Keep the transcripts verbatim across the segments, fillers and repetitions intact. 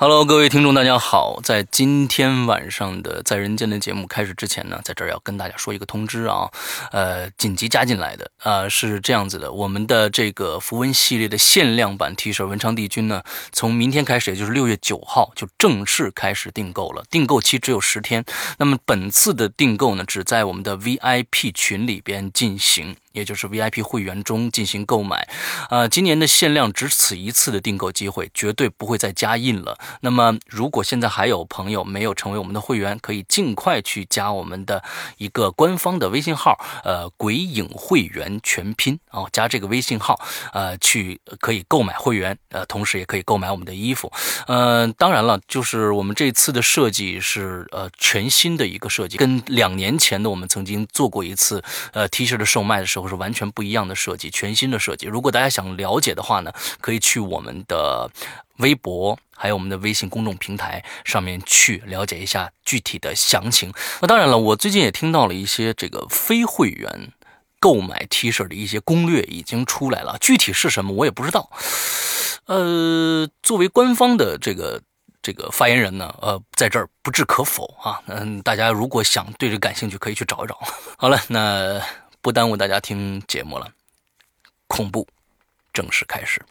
Hello， 各位听众，大家好。在今天晚上的在人间的节目开始之前呢，在这儿要跟大家说一个通知啊，呃，紧急加进来的，呃，是这样子的，我们的这个符文系列的限量版 T 恤文昌帝君呢，从明天开始，也就是六月九号就正式开始订购了，订购期只有十天。那么本次的订购呢，只在我们的 V I P 群里边进行。也就是 V I P 会员中进行购买，呃，今年的限量只此一次的订购机会，绝对不会再加印了。那么，如果现在还有朋友没有成为我们的会员，可以尽快去加我们的一个官方的微信号，呃，鬼影会员全拼啊、哦，加这个微信号，呃，去可以购买会员，呃，同时也可以购买我们的衣服。呃，当然了，就是我们这次的设计是呃全新的一个设计，跟两年前的我们曾经做过一次呃 T 恤的售卖的时候。是完全不一样的设计，全新的设计。如果大家想了解的话呢，可以去我们的微博还有我们的微信公众平台上面去了解一下具体的详情。那当然了，我最近也听到了一些这个非会员购买 T 恤的一些攻略已经出来了，具体是什么我也不知道。呃，作为官方的这个这个发言人呢，呃，在这儿不置可否啊。嗯，大家如果想对这感兴趣，可以去找一找。好了，那不耽误大家听节目了，恐怖正式开始。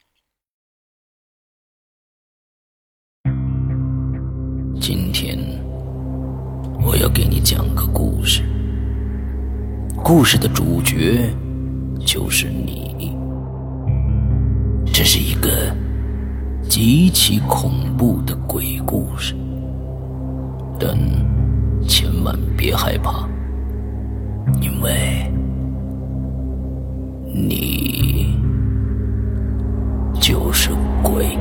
今天我要给你讲个故事，故事的主角就是你。这是一个极其恐怖的鬼故事，但千万别害怕，因为你就是鬼。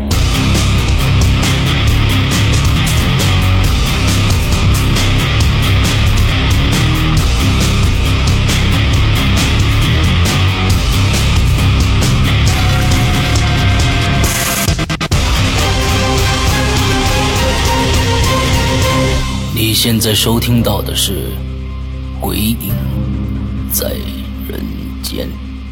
你现在收听到的是《鬼影在人间》。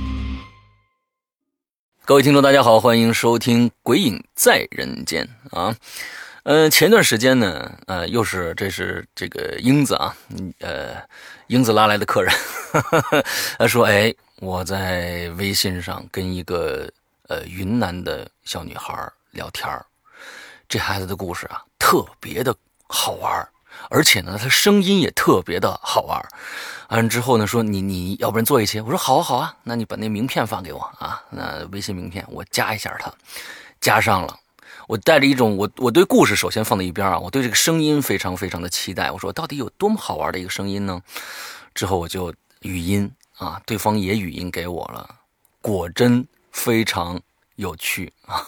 各位听众大家好，欢迎收听《鬼影在人间》啊。呃，前段时间呢，呃，又是这是这个英子啊，呃，英子拉来的客人，他说：“哎，我在微信上跟一个呃云南的小女孩聊天，这孩子的故事啊，特别的好玩。”而且呢，他声音也特别的好玩。完之后呢，说你你要不然做一期？我说好啊好啊，那你把那名片发给我啊，那微信名片我加一下他，加上了。我带着一种我我对故事首先放在一边啊，我对这个声音非常非常的期待。我说到底有多么好玩的一个声音呢？之后我就语音啊，对方也语音给我了，果真非常有趣啊。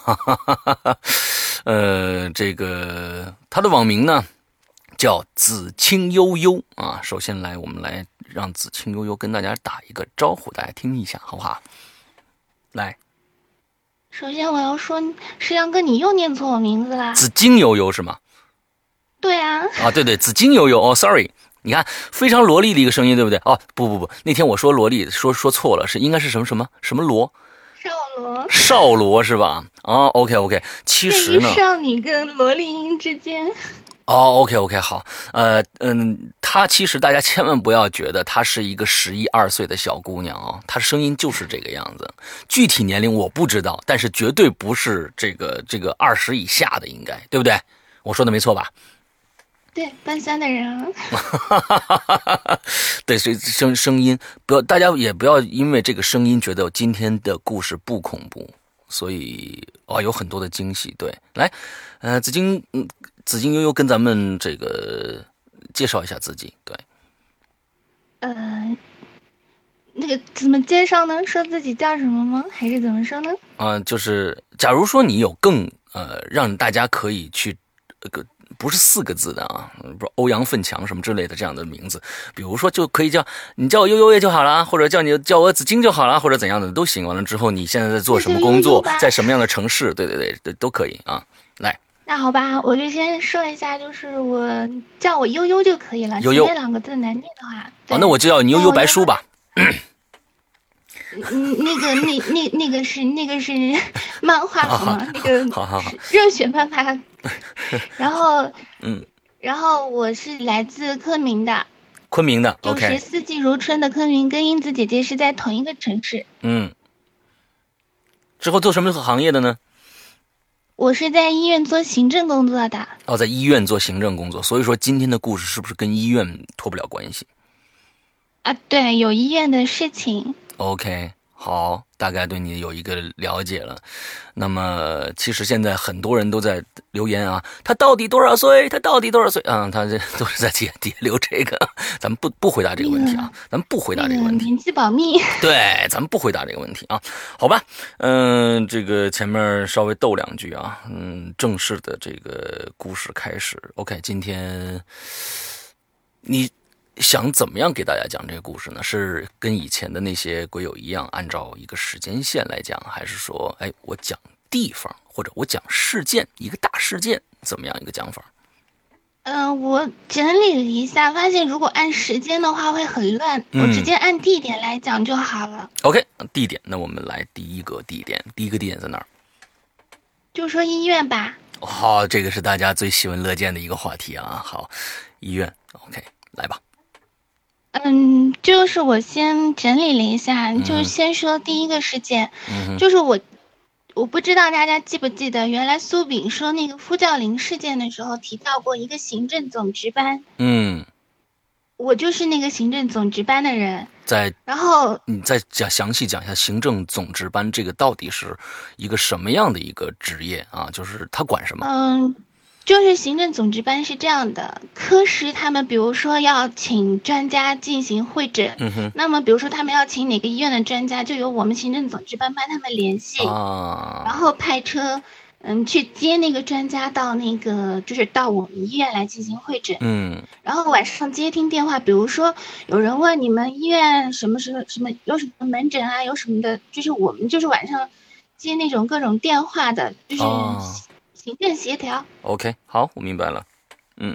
呃，这个他的网名呢？叫紫青悠悠啊，首先来，我们来让紫青悠悠跟大家打一个招呼，大家听一下，好不好？来， 首先我要说，石阳哥，你又念错我名字啦！ 紫金悠悠是吗？ 对啊， 啊，对对，紫金悠悠哦 ，sorry， 你看非常萝莉的一个声音，对不对？哦，不不不，那天我说萝莉，说说错了，是应该是什么什么什么罗？ 少罗， 少罗是吧？哦 ，OK OK， 其实呢， 少女跟萝莉音之间。 哦 ，OK OK， 好，呃嗯，她其实大家千万不要觉得她是一个十一二岁的小姑娘哦，她声音就是这个样子，具体年龄我不知道，但是绝对不是这个这个二十以下的，应该对不对？我说的没错吧？ 对，奔三的人啊。对，所以声声音不要，大家也不要因为这个声音觉得今天的故事不恐怖，所以哦有很多的惊喜。对，来，呃，紫金，嗯。紫金悠悠跟咱们这个介绍一下自己，对， 呃，那个怎么介绍呢？说自己叫什么吗？还是怎么说呢？ 啊、呃，就是假如说你有更呃让大家可以去呃不是四个字的啊，不是欧阳奋强什么之类的这样的名字，比如说就可以叫你叫我悠悠也就好了，或者叫你叫我紫金就好了，或者怎样的都行。完了之后，你现在在做什么工作，在什么样的城市？对对对，对都可以啊，来。 那好吧，我就先说一下，就是我叫我悠悠就可以了。 悠悠这两个字难念的话， 哦，那我就叫你悠悠白书吧。 嗯，那个那那那个是那个是漫画好吗？那个好好好， 热血漫画。然后嗯， 然后我是来自昆明的， 昆明的就是 ，OK， 四季如春的昆明，跟英子姐姐是在同一个城市。 嗯，之后做什么行业的呢？ 我是在医院做行政工作的。 哦，在医院做行政工作，所以说今天的故事是不是跟医院脱不了关系啊，对，有医院的事情。 ？OK，好，大概对你有一个了解了。那么，其实现在很多人都在留言啊，他到底多少岁？他到底多少岁？啊、嗯，他这都是在底底下留这个，咱们不不回答这个问题啊， 那个、 咱们不回答这个问题， 年纪保密。 对，咱们不回答这个问题啊，好吧？嗯、呃，这个前面稍微逗两句啊，嗯，正式的这个故事开始。OK， 今天你想怎么样给大家讲这个故事呢？是跟以前的那些鬼友一样，按照一个时间线来讲，还是说，哎，我讲地方或者我讲事件，一个大事件，怎么样一个讲法？ 嗯、呃，我整理了一下，发现如果按时间的话会很乱， 嗯、 我直接按地点来讲就好了。 OK， 地点，那我们来第一个地点，第一个地点在哪儿？ 就说医院吧。 好、哦，这个是大家最喜闻乐见的一个话题啊。好，医院 ，OK， 来吧。 嗯，就是我先整理了一下，嗯、就先说第一个事件， 嗯、 就是我，我不知道大家记不记得，原来苏炳说那个呼叫铃事件的时候提到过一个行政总值班， 嗯， 我就是那个行政总值班的人。 在， 然后你再讲详细讲一下行政总值班这个到底是一个什么样的一个职业啊？就是他管什么？ 嗯。就是行政总值班是这样的，科室他们比如说要请专家进行会诊， 嗯哼， 那么比如说他们要请哪个医院的专家，就由我们行政总值班帮他们联系， 啊， 然后派车，嗯，去接那个专家到那个就是到我们医院来进行会诊， 嗯， 然后晚上接听电话，比如说有人问你们医院什么什么什么有什么门诊啊，有什么的，就是我们就是晚上接那种各种电话的，就是。 啊行政协调 ，OK， 好，我明白了，嗯，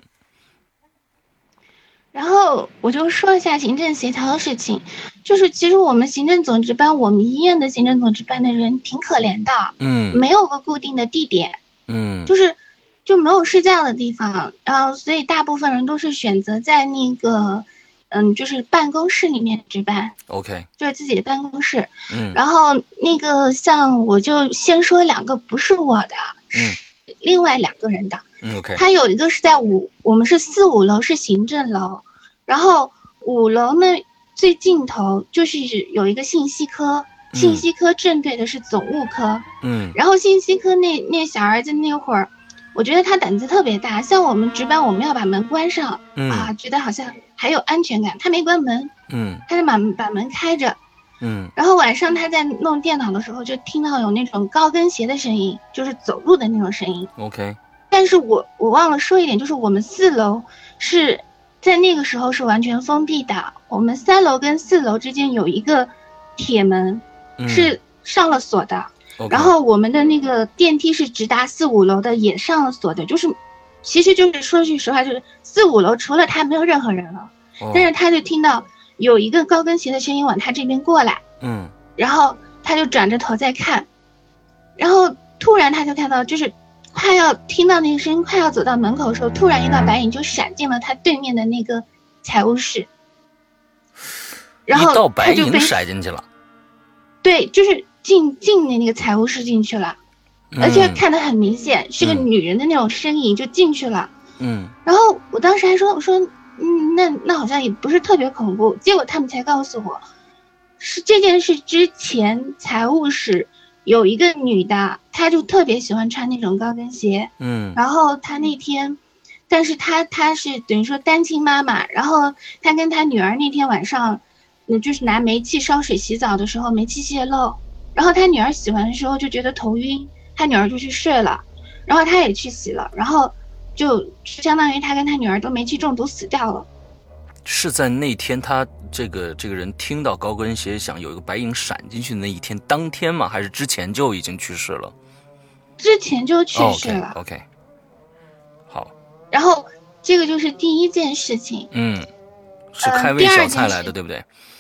然后我就说一下行政协调的事情，就是其实我们行政总值班，我们医院的行政总值班的人挺可怜的， 嗯， 没有个固定的地点， 嗯， 就是就没有睡觉的地方，然后所以大部分人都是选择在那个，嗯，就是办公室里面值班 ，OK， 就是自己的办公室， 嗯， 然后那个像我就先说两个不是我的， 嗯。 另外两个人的， 嗯 ，OK， 他有一个是在五，我们是四五楼是行政楼，然后五楼呢最尽头就是有一个信息科， 嗯、 信息科正对的是总务科， 嗯， 然后信息科那那小儿子那会儿，我觉得他胆子特别大，像我们值班我们要把门关上， 嗯、 啊，觉得好像还有安全感，他没关门， 嗯， 他就把把门开着。 嗯， 然后晚上他在弄电脑的时候，就听到有那种高跟鞋的声音，就是走路的那种声音。 OK， 但是我我忘了说一点，就是我们四楼是在那个时候是完全封闭的，我们三楼跟四楼之间有一个铁门， 嗯、 是上了锁的。 Okay. 然后我们的那个电梯是直达四五楼的，也上了锁的，就是其实就是说句实话，就是四五楼除了他没有任何人了。Oh. 但是他就听到有一个高跟鞋的声音往他这边过来， 嗯， 然后他就转着头在看，然后突然他就看到，就是快要听到那个声音，快要走到门口的时候，突然一道白影就闪进了他对面的那个财务室，然后一道白影他就被闪进去了， 对，就是进进的那个财务室进去了， 嗯、 而且看得很明显，是个女人的那种身影就进去了， 嗯， 然后我当时还说，我说。嗯，那那好像也不是特别恐怖，结果他们才告诉我，是这件事之前财务室有一个女的，她就特别喜欢穿那种高跟鞋， 嗯， 然后她那天，但是她她是等于说单亲妈妈，然后她跟她女儿那天晚上，嗯，就是拿煤气烧水洗澡的时候煤气泄漏，然后她女儿洗完的时候就觉得头晕，她女儿就去睡了，然后她也去洗了，然后。就相当于他跟他女儿都煤气中毒死掉了。 是在那天他这个这个人听到高跟鞋响有一个白影闪进去的那一天当天吗？还是之前就已经去世了？ 之前就去世了。 Oh, OK， 好。 然后这个就是第一件事情。 嗯，是开胃小菜来的，呃、对不对？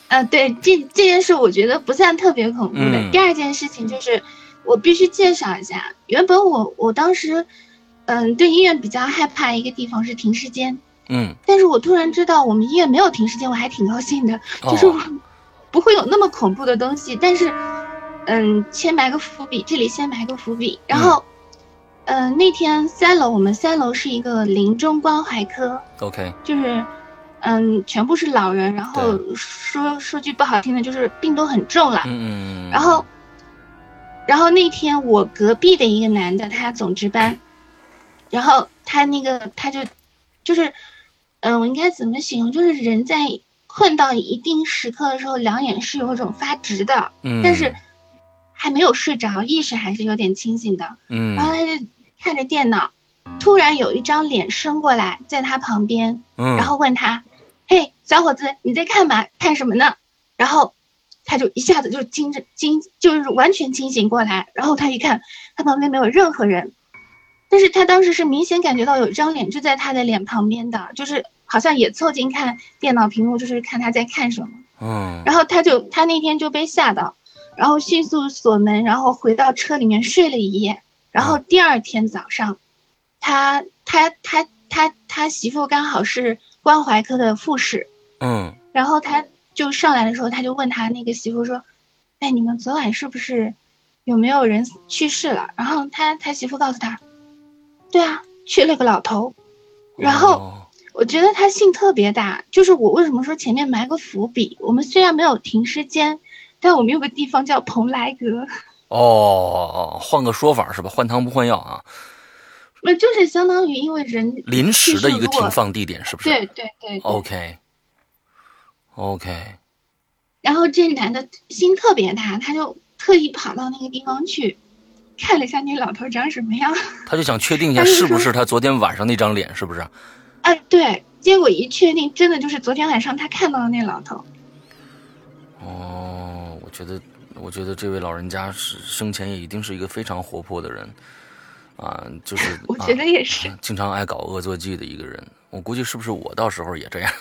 呃，对，这这件事我觉得不算特别恐怖的。 嗯、 第二件事情就是，我必须介绍一下，原本我我当时，嗯，对医院比较害怕一个地方是停尸间。 嗯， 但是我突然知道我们医院没有停尸间，我还挺高兴的， 哦、 就是不会有那么恐怖的东西。但是，嗯，先埋个伏笔，这里先埋个伏笔。然后，嗯、呃，那天三楼，我们三楼是一个临终关怀科 ，OK， 就是。嗯，全部是老人，然后说说句不好听的，就是病都很重了。 嗯， 然后，然后那天我隔壁的一个男的，他总值班，然后他那个他就，就是，嗯、呃，我应该怎么形容？就是人在困到一定时刻的时候，两眼是有一种发直的， 嗯， 但是还没有睡着，意识还是有点清醒的。 嗯， 然后他就看着电脑，突然有一张脸伸过来，在他旁边， 嗯， 然后问他。嘿，小伙子，你在看嘛？看什么呢？然后他就一下子就惊着惊，就是完全清醒过来。然后他一看，他旁边没有任何人，但是他当时是明显感觉到有一张脸就在他的脸旁边的，就是好像也凑近看电脑屏幕，就是看他在看什么。 嗯， 然后他就他那天就被吓到，然后迅速锁门，然后回到车里面睡了一夜。然后第二天早上，他他他他他媳妇刚好是关怀科的护士， 嗯， 然后他就上来的时候，他就问他那个媳妇说：“哎，你们昨晚是不是有没有人去世了？”然后他他媳妇告诉他：“对啊，去了个老头。”然后我觉得他姓特别大，就是我为什么说前面埋个伏笔？我们虽然没有停尸间，但我们有个地方叫蓬莱阁。 哦，换个说法是吧？换汤不换药啊。 那就是相当于因为人临时的一个停放地点，是不是？ 对对 对, 对。 OK OK。 然后这男的心特别大，他就特意跑到那个地方去看了一下那老头长什么样。 他就想确定一下是不是他昨天晚上那张脸，是不是？ 啊，对。结果一确定，真的就是昨天晚上他看到的那老头。 哦，我觉得，我觉得这位老人家是生前也一定是一个非常活泼的人。啊，就是我觉得也是、 啊，经常爱搞恶作剧的一个人。我估计是不是我到时候也这样？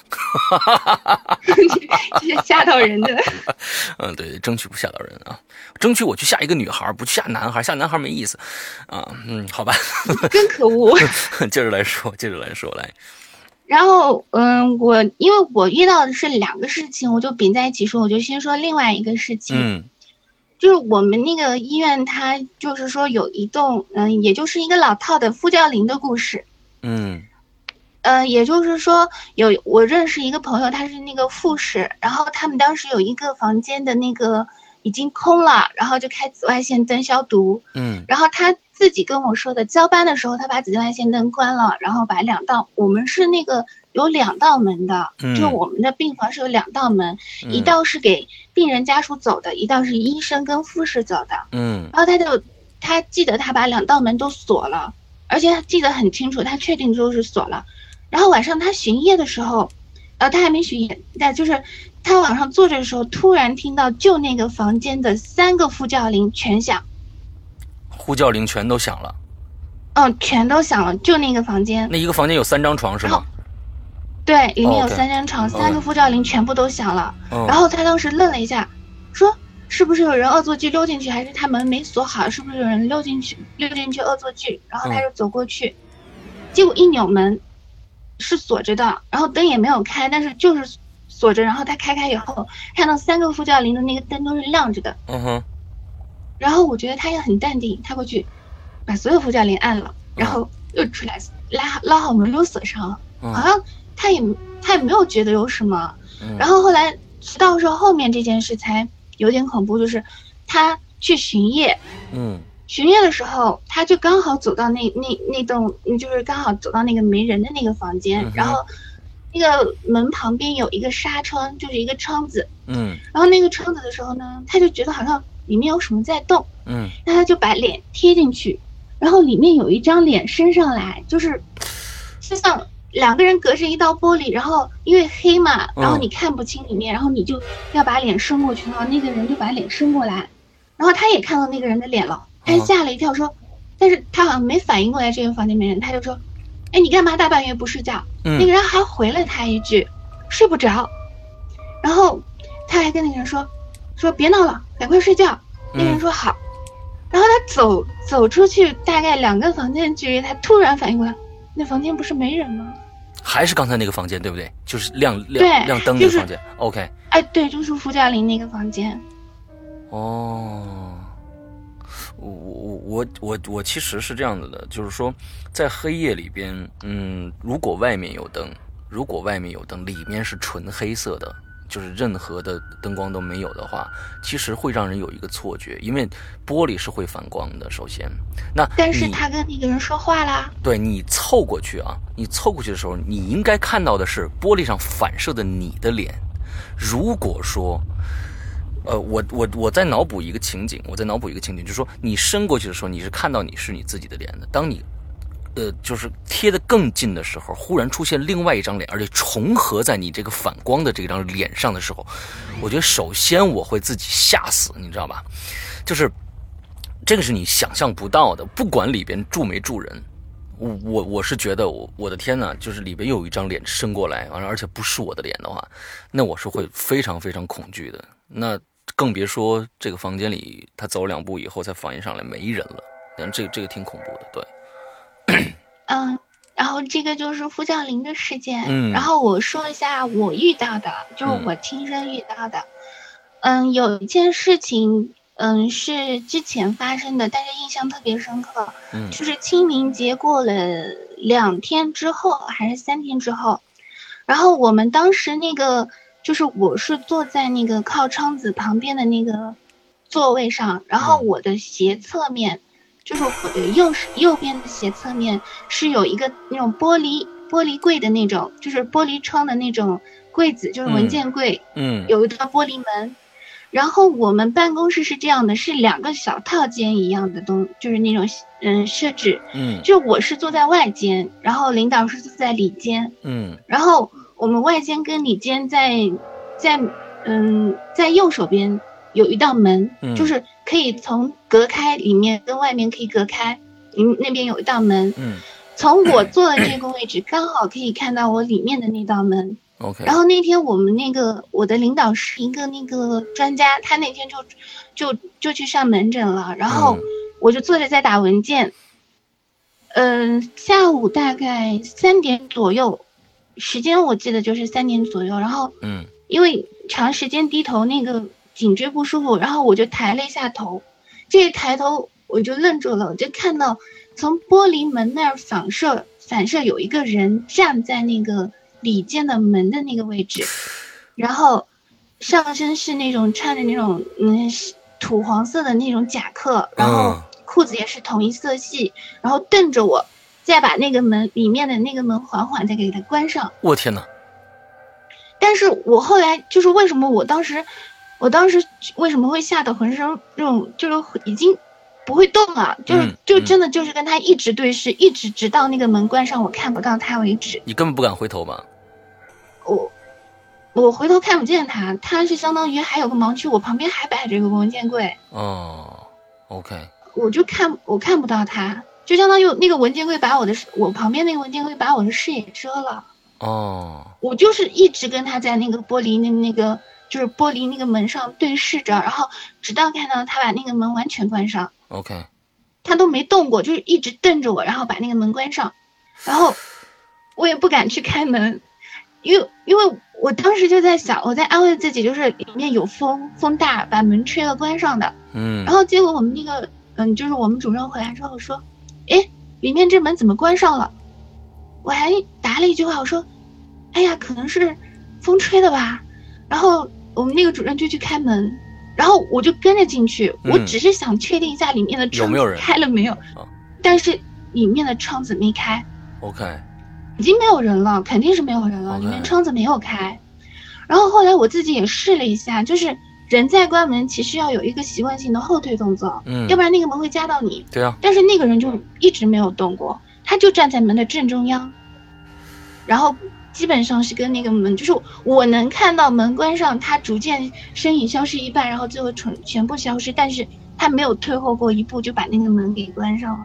这是吓到人的。 嗯，对，争取不吓到人啊，争取我去吓一个女孩，不去吓男孩，吓男孩没意思啊。嗯，好吧。 真可恶。 接着来说，接着来说来。 然后，嗯，我因为我遇到的是两个事情，我就并在一起说，我就先说另外一个事情。 嗯。 就是我们那个医院，它就是说有一栋，嗯，也就是一个老套的呼叫铃的故事。 嗯， 呃，也就是说有我认识一个朋友，他是那个护士，然后他们当时有一个房间的那个已经空了，然后就开紫外线灯消毒。 嗯， 然后他自己跟我说的，交班的时候他把紫外线灯关了，然后把两道，我们是那个有两道门的， 嗯、 就我们的病房是有两道门，嗯、一道是给病人家属走的，一道是医生跟护士走的。 嗯， 然后他就他记得他把两道门都锁了，而且他记得很清楚，他确定就是锁了。然后晚上他巡夜的时候，呃，他还没巡夜，但就是他晚上坐着的时候，突然听到就那个房间的三个呼叫铃全响， 呼叫铃全都响了。 嗯，全都响了，就那个房间。 那一个房间有三张床是吗？ 对，里面有三张床， okay. 三个呼叫铃全部都响了。 Oh. 然后他当时愣了一下，说是不是有人恶作剧溜进去，还是他门没锁好，是不是有人溜进去溜进去恶作剧？然后他就走过去，嗯、结果一扭门是锁着的，然后灯也没有开，但是就是锁着。然后他开开以后，看到三个呼叫铃的那个灯都是亮着的。 嗯哼。 然后我觉得他也很淡定，他过去把所有呼叫铃按了，然后又出来拉拉好门又锁上了， 嗯、 好像他也他也没有觉得有什么。 嗯、 然后后来直到是后面这件事才有点恐怖，就是他去巡夜， 嗯， 巡夜的时候他就刚好走到那那那栋，就是刚好走到那个没人的那个房间， 嗯、 然后那个门旁边有一个纱窗，就是一个窗子， 嗯， 然后那个窗子的时候呢，他就觉得好像里面有什么在动， 嗯， 那他就把脸贴进去，然后里面有一张脸伸上来，就是就像两个人隔着一道玻璃，然后因为黑嘛，然后你看不清里面，嗯、然后你就要把脸伸过去，然后那个人就把脸伸过来，然后他也看到那个人的脸了，他吓了一跳说，嗯、但是他好像没反应过来这个房间没人，他就说，哎，你干嘛大半夜不睡觉？嗯、那个人还回了他一句，睡不着。然后他还跟那个人说说别闹了，赶快睡觉。那个人说好，然后他走走出去大概两个房间距离，他突然反应过来，那房间不是没人吗？ 还是刚才那个房间对不对？就是亮亮亮灯那个房间。就是、OK。 哎，对，就是呼叫铃那个房间。 哦，我我我我我其实是这样子的，就是说，在黑夜里边，嗯，如果外面有灯，如果外面有灯，里面是纯黑色的。就是任何的灯光都没有的话，其实会让人有一个错觉，因为玻璃是会反光的。首先，那但是他跟那个人说话啦。 对，你凑过去啊，你凑过去的时候，你应该看到的是玻璃上反射的你的脸。如果说，呃，我我我在脑补一个情景，我在脑补一个情景，就是说你伸过去的时候，你是看到你是你自己的脸的。当你呃，就是贴得更近的时候，忽然出现另外一张脸，而且重合在你这个反光的这张脸上的时候，我觉得首先我会自己吓死，你知道吧？就是这个是你想象不到的，不管里边住没住人，我我我是觉得我我的天哪，就是里边又有一张脸伸过来，而且不是我的脸的话，那我是会非常非常恐惧的。那更别说这个房间里他走两步以后才反应上来没人了，但这个这个挺恐怖的，对。 嗯，然后这个就是呼叫铃的事件。 嗯， 然后我说一下我遇到的，就是我亲身遇到的。嗯，有一件事情，嗯，是之前发生的，但是印象特别深刻。 嗯， 就是清明节过了两天之后还是三天之后，然后我们当时那个就是我是坐在那个靠窗子旁边的那个座位上，然后我的斜侧面。就是我的右右边的斜侧面是有一个那种玻璃玻璃柜的那种，就是玻璃窗的那种柜子，就是文件柜， 嗯， 有一道玻璃门。然后我们办公室是这样的，是两个小套间一样的东，就是那种嗯设置， 嗯， 就我是坐在外间，然后领导是坐在里间， 嗯， 然后我们外间跟里间在在嗯在右手边有一道门， 嗯， 就是可以从隔开里面跟外面可以隔开，嗯，那边有一道门， 嗯， 从我坐的这个位置刚好可以看到我里面的那道门。 OK。 然后那天我们那个我的领导是一个那个专家，他那天就就就去上门诊了，然后我就坐着在打文件。嗯、呃，下午大概三点左右，时间我记得就是三点左右，然后嗯， 因为长时间低头那个颈椎不舒服，然后我就抬了一下头，这一抬头我就愣住了，我就看到从玻璃门那儿反射反射有一个人站在那个里间的门的那个位置，然后上身是那种穿着那种嗯土黄色的那种夹克，然后裤子也是同一色系，然后瞪着我，再把那个门里面的那个门缓缓再给它关上。 我天哪！ 但是我后来就是为什么我当时我当时为什么会吓得浑身那种就是已经不会动了，就是、 嗯、 就真的就是跟他一直对视、嗯、一直直到那个门关上我看不到他为止。 你根本不敢回头吧？ 我我回头看不见他，他是相当于还有个盲区，我旁边还摆着一个文件柜。 哦 OK。 我就看我看不到他，就相当于那个文件柜把我的我旁边那个文件柜把我的视野遮了。 哦， 我就是一直跟他在那个玻璃那那个就是玻璃那个门上对视着，然后直到看到他把那个门完全关上。 OK。 他都没动过，就是一直瞪着我，然后把那个门关上，然后我也不敢去开门，因为因为我当时就在想，我在安慰自己，就是里面有风，风大把门吹了关上的。 嗯， 然后结果我们那个嗯就是我们主任回来之后说，诶，里面这门怎么关上了？我还答了一句话，我说哎呀可能是风吹的吧。然后我们那个主任就去开门，然后我就跟着进去、嗯、我只是想确定一下里面的窗子开了没有，有没有、啊、但是里面的窗子没开。 OK。 已经没有人了，肯定是没有人了、okay. 里面窗子没有开。然后后来我自己也试了一下，就是人在关门其实要有一个习惯性的后退动作，嗯，要不然那个门会夹到你。 对啊。 但是那个人就一直没有动过，他就站在门的正中央，然后基本上是跟那个门，就是我能看到门关上，他逐渐身影消失一半，然后最后全全部消失，但是他没有退后过一步就把那个门给关上了。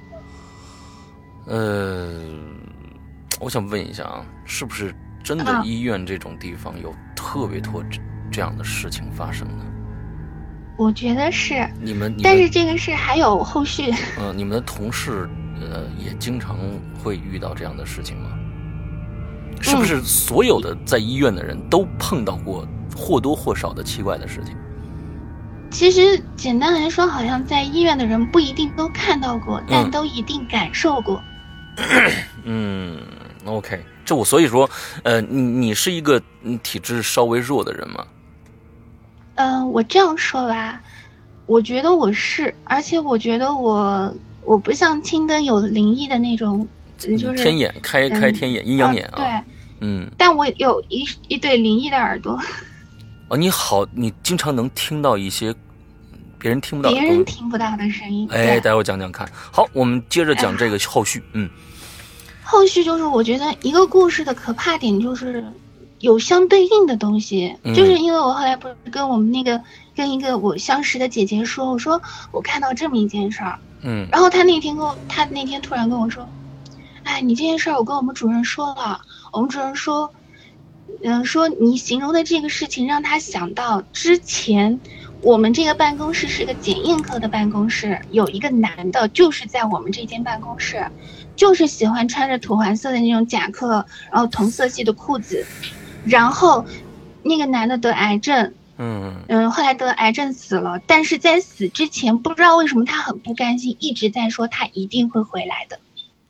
呃，我想问一下啊，是不是真的医院这种地方有特别多这样的事情发生呢？ 我觉得是。 你们，你们但是这个事还有后续。 嗯、呃，你们的同事呃也经常会遇到这样的事情吗？是不是所有的在医院的人都碰到过或多或少的奇怪的事情？ 其实简单来说，好像在医院的人不一定都看到过，但都一定感受过。 嗯 ，OK， 这我所以说，呃，你你是一个体质稍微弱的人吗？ 嗯、呃，我这样说吧，我觉得我是，而且我觉得我我不像青灯有灵异的那种，就是天眼开开天眼、阴阳眼啊。 对， 嗯， 但我有一一对灵异的耳朵。 哦，你好，你经常能听到一些别人听不到的别人听不到的声音。 哎，待会儿讲讲看。好，我们接着讲这个后续。嗯， 后续就是我觉得一个故事的可怕点就是有相对应的东西， 嗯、 就是因为我后来不是跟我们那个跟一个我相识的姐姐说，我说我看到这么一件事儿， 嗯， 然后她那天跟我，她那天突然跟我说，哎，你这件事儿我跟我们主任说了，我们主任说，嗯、呃，说你形容的这个事情让他想到之前我们这个办公室是个检验科的办公室，有一个男的就是在我们这间办公室，就是喜欢穿着土黄色的那种夹克，然后同色系的裤子，然后那个男的得癌症， 嗯嗯，后来得癌症死了，但是在死之前不知道为什么他很不甘心，一直在说他一定会回来的。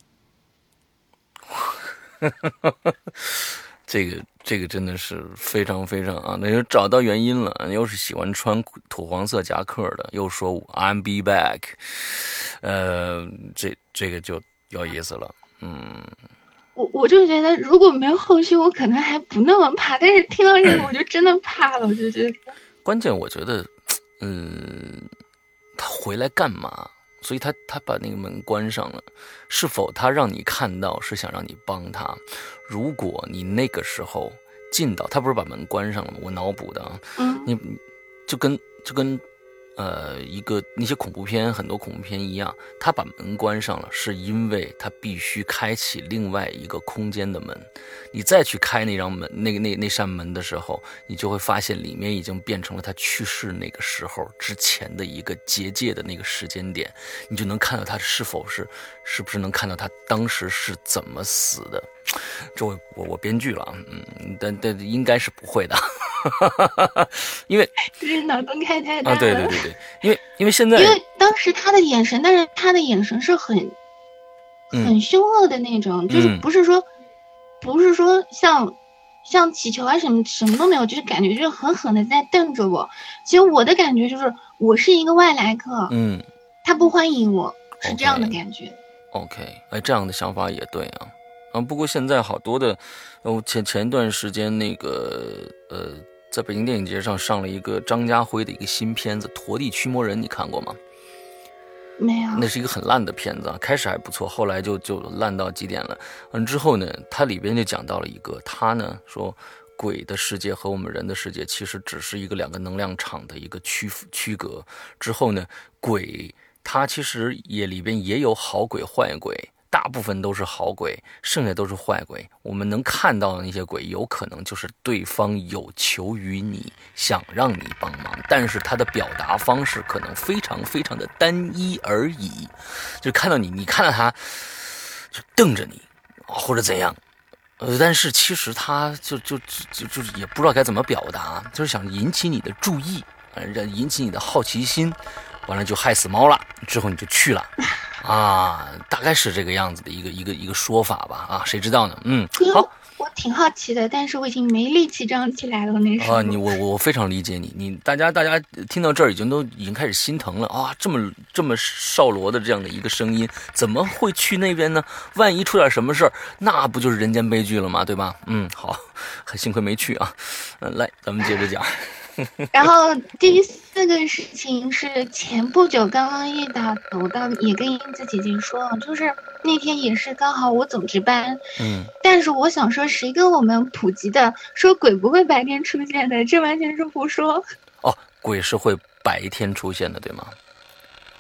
这个这个真的是非常非常啊，那就找到原因了。又是喜欢穿土黄色夹克的，又说 I'm be back， 呃，这这个就有意思了。嗯， 我我就觉得如果没有后续，我可能还不那么怕，但是听到这个我就真的怕了，我就觉得。 关键我觉得，嗯，他回来干嘛？所以他他把那个门关上了，是否他让你看到是想让你帮他？如果你那个时候进到，他不是把门关上了吗？我脑补的啊， 嗯， 你就跟就跟呃一个那些恐怖片很多恐怖片一样，他把门关上了，是因为他必须开启另外一个空间的门。你再去开那张门那个那那扇门的时候，你就会发现里面已经变成了他去世那个时候之前的一个结界的那个时间点，你就能看到他是否是是不是能看到他当时是怎么死的。这我我我编剧了啊，嗯，但但应该是不会的，因为就是脑洞开太大了。 啊，对对对对，因为因为现在因为当时他的眼神，但是他的眼神是很很凶恶的那种， 嗯、 就是不是说、嗯、不是说像像祈求啊什么什么都没有，就是感觉就是狠狠的在瞪着我。其实我的感觉就是我是一个外来客， 嗯， 他不欢迎我，是这样的感觉。 OK， 哎，这样的想法也对啊。啊，不过现在好多的，哦，前前一段时间那个呃，在北京电影节上上了一个张家辉的一个新片子《陀地驱魔人》，你看过吗？ 没有。 那是一个很烂的片子啊，开始还不错，后来就就烂到极点了。完之后呢，它里边就讲到了一个，他呢说鬼的世界和我们人的世界其实只是一个两个能量场的一个区区隔。之后呢，鬼它其实也里边也有好鬼坏鬼。大部分都是好鬼，剩下都是坏鬼。我们能看到的那些鬼，有可能就是对方有求于你，想让你帮忙，但是他的表达方式可能非常非常的单一而已。就看到你，你看到他，就瞪着你，或者怎样。呃，但是其实他就就就就是也不知道该怎么表达，就是想引起你的注意，呃，引起你的好奇心，完了就害死猫了。之后你就去了。啊，大概是这个样子的一个一个一个说法吧，啊，谁知道呢？嗯，好， 我挺好奇的，但是我已经没力气张起来了。那时候啊，你我我非常理解你，你大家大家听到这儿已经都已经开始心疼了啊，这么这么少罗的这样的一个声音，怎么会去那边呢？万一出点什么事儿，那不就是人间悲剧了吗？对吧？嗯，好，很幸亏没去啊。嗯，来，咱们接着讲。 然后第四个事情是前不久刚刚遇到的，我刚也跟英子姐姐说了，就是那天也是刚好我走值班， 嗯， 但是我想说，谁跟我们普及的说鬼不会白天出现的，这完全是胡说。 哦，鬼是会白天出现的，对吗？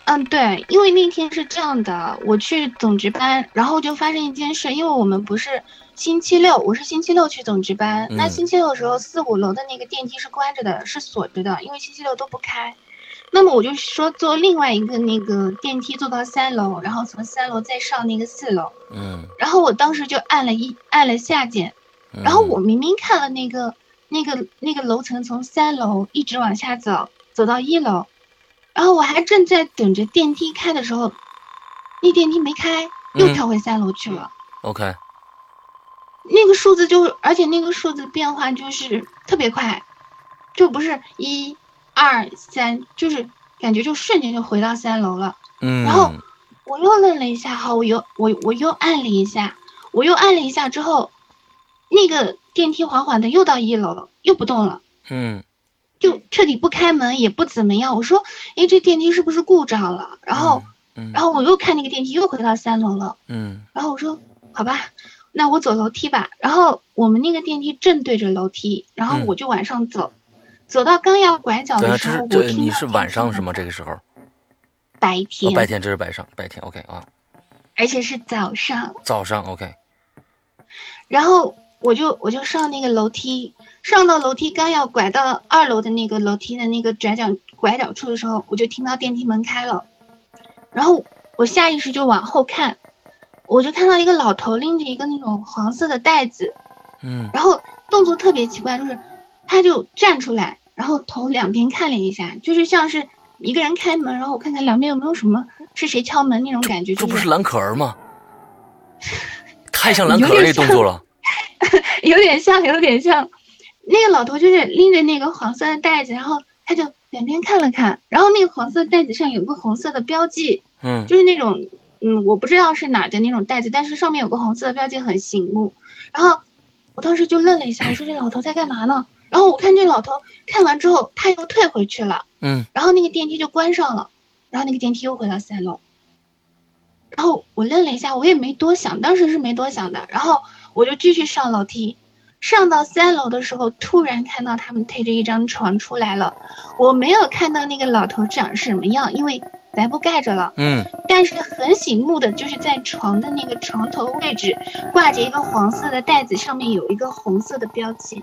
嗯，对，因为那天是这样的，我去总值班，然后就发生一件事，因为我们不是星期六，我是星期六去总值班， 嗯那星期六的时候四五楼的那个电梯是关着的，是锁着的，因为星期六都不开。那么我就说坐另外一个那个电梯坐到三楼，然后从三楼再上那个四楼。 嗯然后我当时就按了一按了下键，然后我明明看了那个那个那个楼层从三楼一直往下走，走到一楼。然后我还正在等着电梯开的时候，那电梯没开，又跳回三楼去了。 嗯、OK， 那个数字就，而且那个数字变化就是特别快，就不是一、二、三，就是感觉就瞬间就回到三楼了。 嗯， 然后我又愣了一下，好，我又我我又按了一下，我又按了一下之后，那个电梯缓缓的又到一楼了，又不动了。 嗯。 就彻底不开门，也不怎么样。我说，哎，这电梯是不是故障了？然后， 嗯嗯、 然后我又看那个电梯，又回到三楼了。 嗯， 然后我说，好吧，那我走楼梯吧。然后我们那个电梯正对着楼梯，然后我就往上走，嗯、走到刚要拐角的时候， 啊、这我听你是晚上是吗？这个时候？ 白天、 哦。白天，这是白上白天 ，OK 啊。 而且是早上。 早上 OK。 然后我就我就上那个楼梯。上到楼梯刚要拐到二楼的那个楼梯的那个转角拐角处的时候，我就听到电梯门开了，然后我下意识就往后看，我就看到一个老头拎着一个那种黄色的袋子， 嗯， 然后动作特别奇怪，就是他就站出来，然后头两边看了一下，就是像是一个人开门，然后我看看两边有没有什么是谁敲门那种感觉。 这不是蓝可儿吗？太像蓝可儿那动作了， 有点像，有点像。那个老头就是拎着那个黄色的袋子，然后他就两边看了看，然后那个黄色袋子上有个红色的标记， 嗯， 就是那种嗯，我不知道是哪的那种袋子，但是上面有个红色的标记很醒目。然后我当时就愣了一下，我说这老头在干嘛呢？然后我看这老头看完之后，他又退回去了， 嗯， 然后那个电梯就关上了，然后那个电梯又回到三楼。然后我愣了一下，我也没多想，当时是没多想的，然后我就继续上楼梯。上到三楼的时候，突然看到他们推着一张床出来了。我没有看到那个老头长什么样，因为白布盖着了。 嗯， 但是很醒目的就是在床的那个床头位置挂着一个黄色的袋子，上面有一个红色的标记。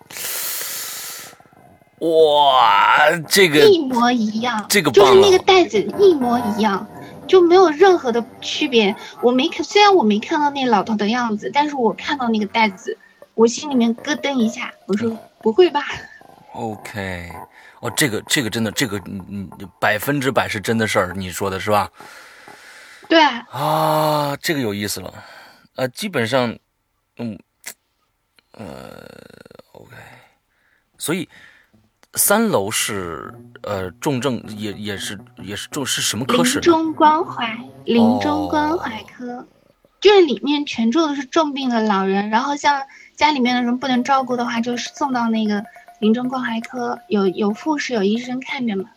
哇，这个一模一样， 这个就是那个袋子一模一样，就没有任何的区别。我没看，虽然我没看到那老头的样子，但是我看到那个袋子。我心里面咯噔一下，我说不会吧 ？OK， 哦，这个这个真的，这个你你百分之百是真的事儿，你说的是吧？ 对啊，这个有意思了，呃，基本上，嗯，呃 ，OK， 所以三楼是呃重症，也也是也是重是什么科室？ 临终关怀，临终关怀科。哦，就是里面全住的是重病的老人，然后像家里面的人不能照顾的话，就是送到那个临终关怀科，有有护士有医生看着嘛。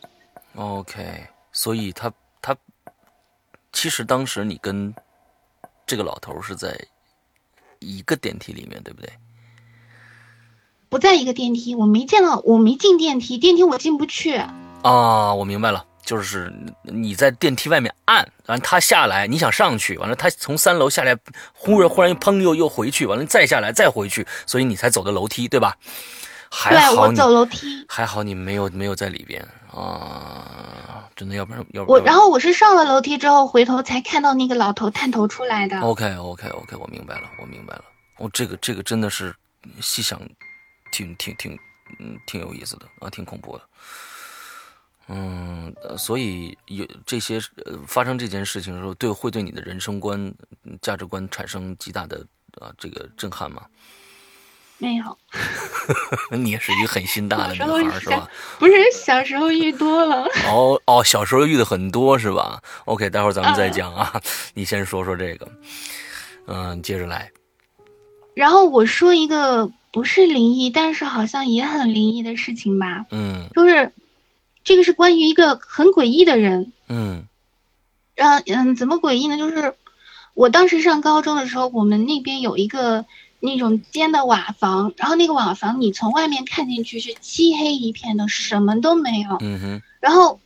OK， 所以他他其实当时你跟这个老头是在一个电梯里面，对不对？ 不在一个电梯，我没见到，我没进电梯，电梯我进不去。 啊，我明白了。就是你在电梯外面按，完了他下来，你想上去，完了他从三楼下来，忽然忽然砰又又回去，完了再下来再回去，所以你才走的楼梯，对吧？还好你对，我走楼梯， 还好你没有没有在里边啊，真的，要不然要不然我然后我是上了楼梯之后回头才看到那个老头探头出来的。 OK OK OK， 我明白了，我明白了。哦，这个这个真的是细想，挺挺挺嗯挺有意思的啊，挺恐怖的。嗯，所以有这些呃发生这件事情的时候，对会对你的人生观、价值观产生极大的啊这个震撼吗？ 没有。 你也是一个很心大的女孩是吧？ 不是，小时候遇多了。 哦哦，小时候遇的很多是吧 ？OK， 待会儿咱们再讲啊。嗯、你先说说这个，嗯，接着来。 然后我说一个不是灵异，但是好像也很灵异的事情吧。 嗯， 就是这个是关于一个很诡异的人。 嗯， 嗯嗯，怎么诡异呢？就是我当时上高中的时候，我们那边有一个那种尖的瓦房，然后那个瓦房你从外面看进去是漆黑一片的，什么都没有。 嗯哼。 然后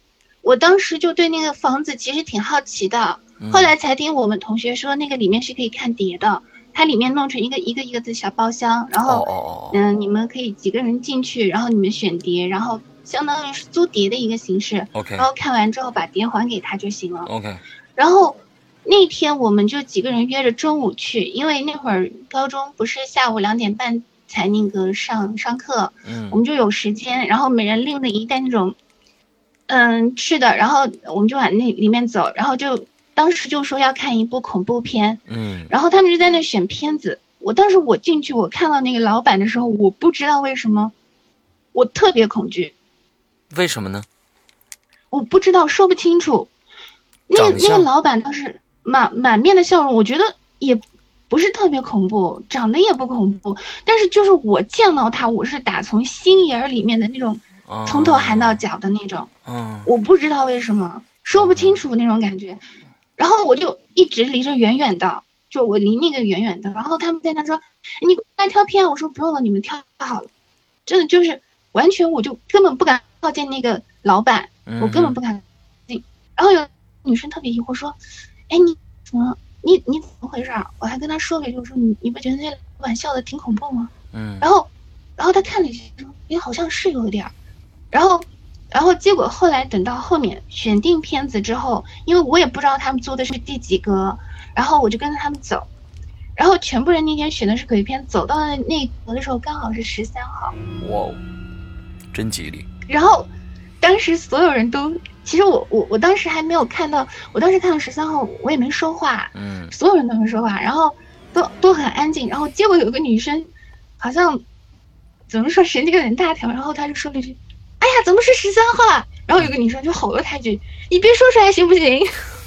我当时就对那个房子其实挺好奇的，后来才听我们同学说，那个里面是可以看碟的，它里面弄成一个一个一个的小包厢，然后，嗯、 哦呃，你们可以几个人进去，然后你们选碟，然后相当于是租碟的一个形式 ，OK， 然后看完之后把碟还给他就行了。 OK， 然后那天我们就几个人约着中午去，因为那会儿高中不是下午两点半才那个上上课， 嗯， 我们就有时间，然后每人拎了一袋那种。嗯，吃的，然后我们就往那里面走，然后就当时就说要看一部恐怖片， 嗯， 然后他们就在那选片子。我当时我进去，我看到那个老板的时候，我不知道为什么，我特别恐惧。 为什么呢？ 我不知道，说不清楚。那个那个老板当时满满面的笑容，我觉得也不是特别恐怖，长得也不恐怖，但是就是我见到他，我是打从心眼里面的那种。从头寒到脚的那种， 嗯， 我不知道为什么说不清楚那种感觉，然后我就一直离着远远的，就我离那个远远的，然后他们在那说你来挑片，我说不用了，你们挑好了，真的就是完全我就根本不敢靠近那个老板，我根本不敢近，然后有女生特别疑惑说，哎你怎么你你怎么回事？我还跟他说了一句，我说你你不觉得那老板笑的挺恐怖吗？ 嗯， 然后然后他看了一下说，哎好像是有点。然后，然后结果后来等到后面选定片子之后，因为我也不知道他们租的是第几格，然后我就跟着他们走，然后全部人那天选的是鬼片，走到那一格的时候刚好是十三号， 哇，真吉利。 然后，当时所有人都，其实我我我当时还没有看到，我当时看到十三号，我也没说话， 嗯， 所有人都没说话，然后都都很安静，然后结果有个女生，好像怎么说神经有点大条，然后她就说了一句。哎呀，怎么是十三号啊？然后有个女生就吼了他一句：“你别说出来行不行？”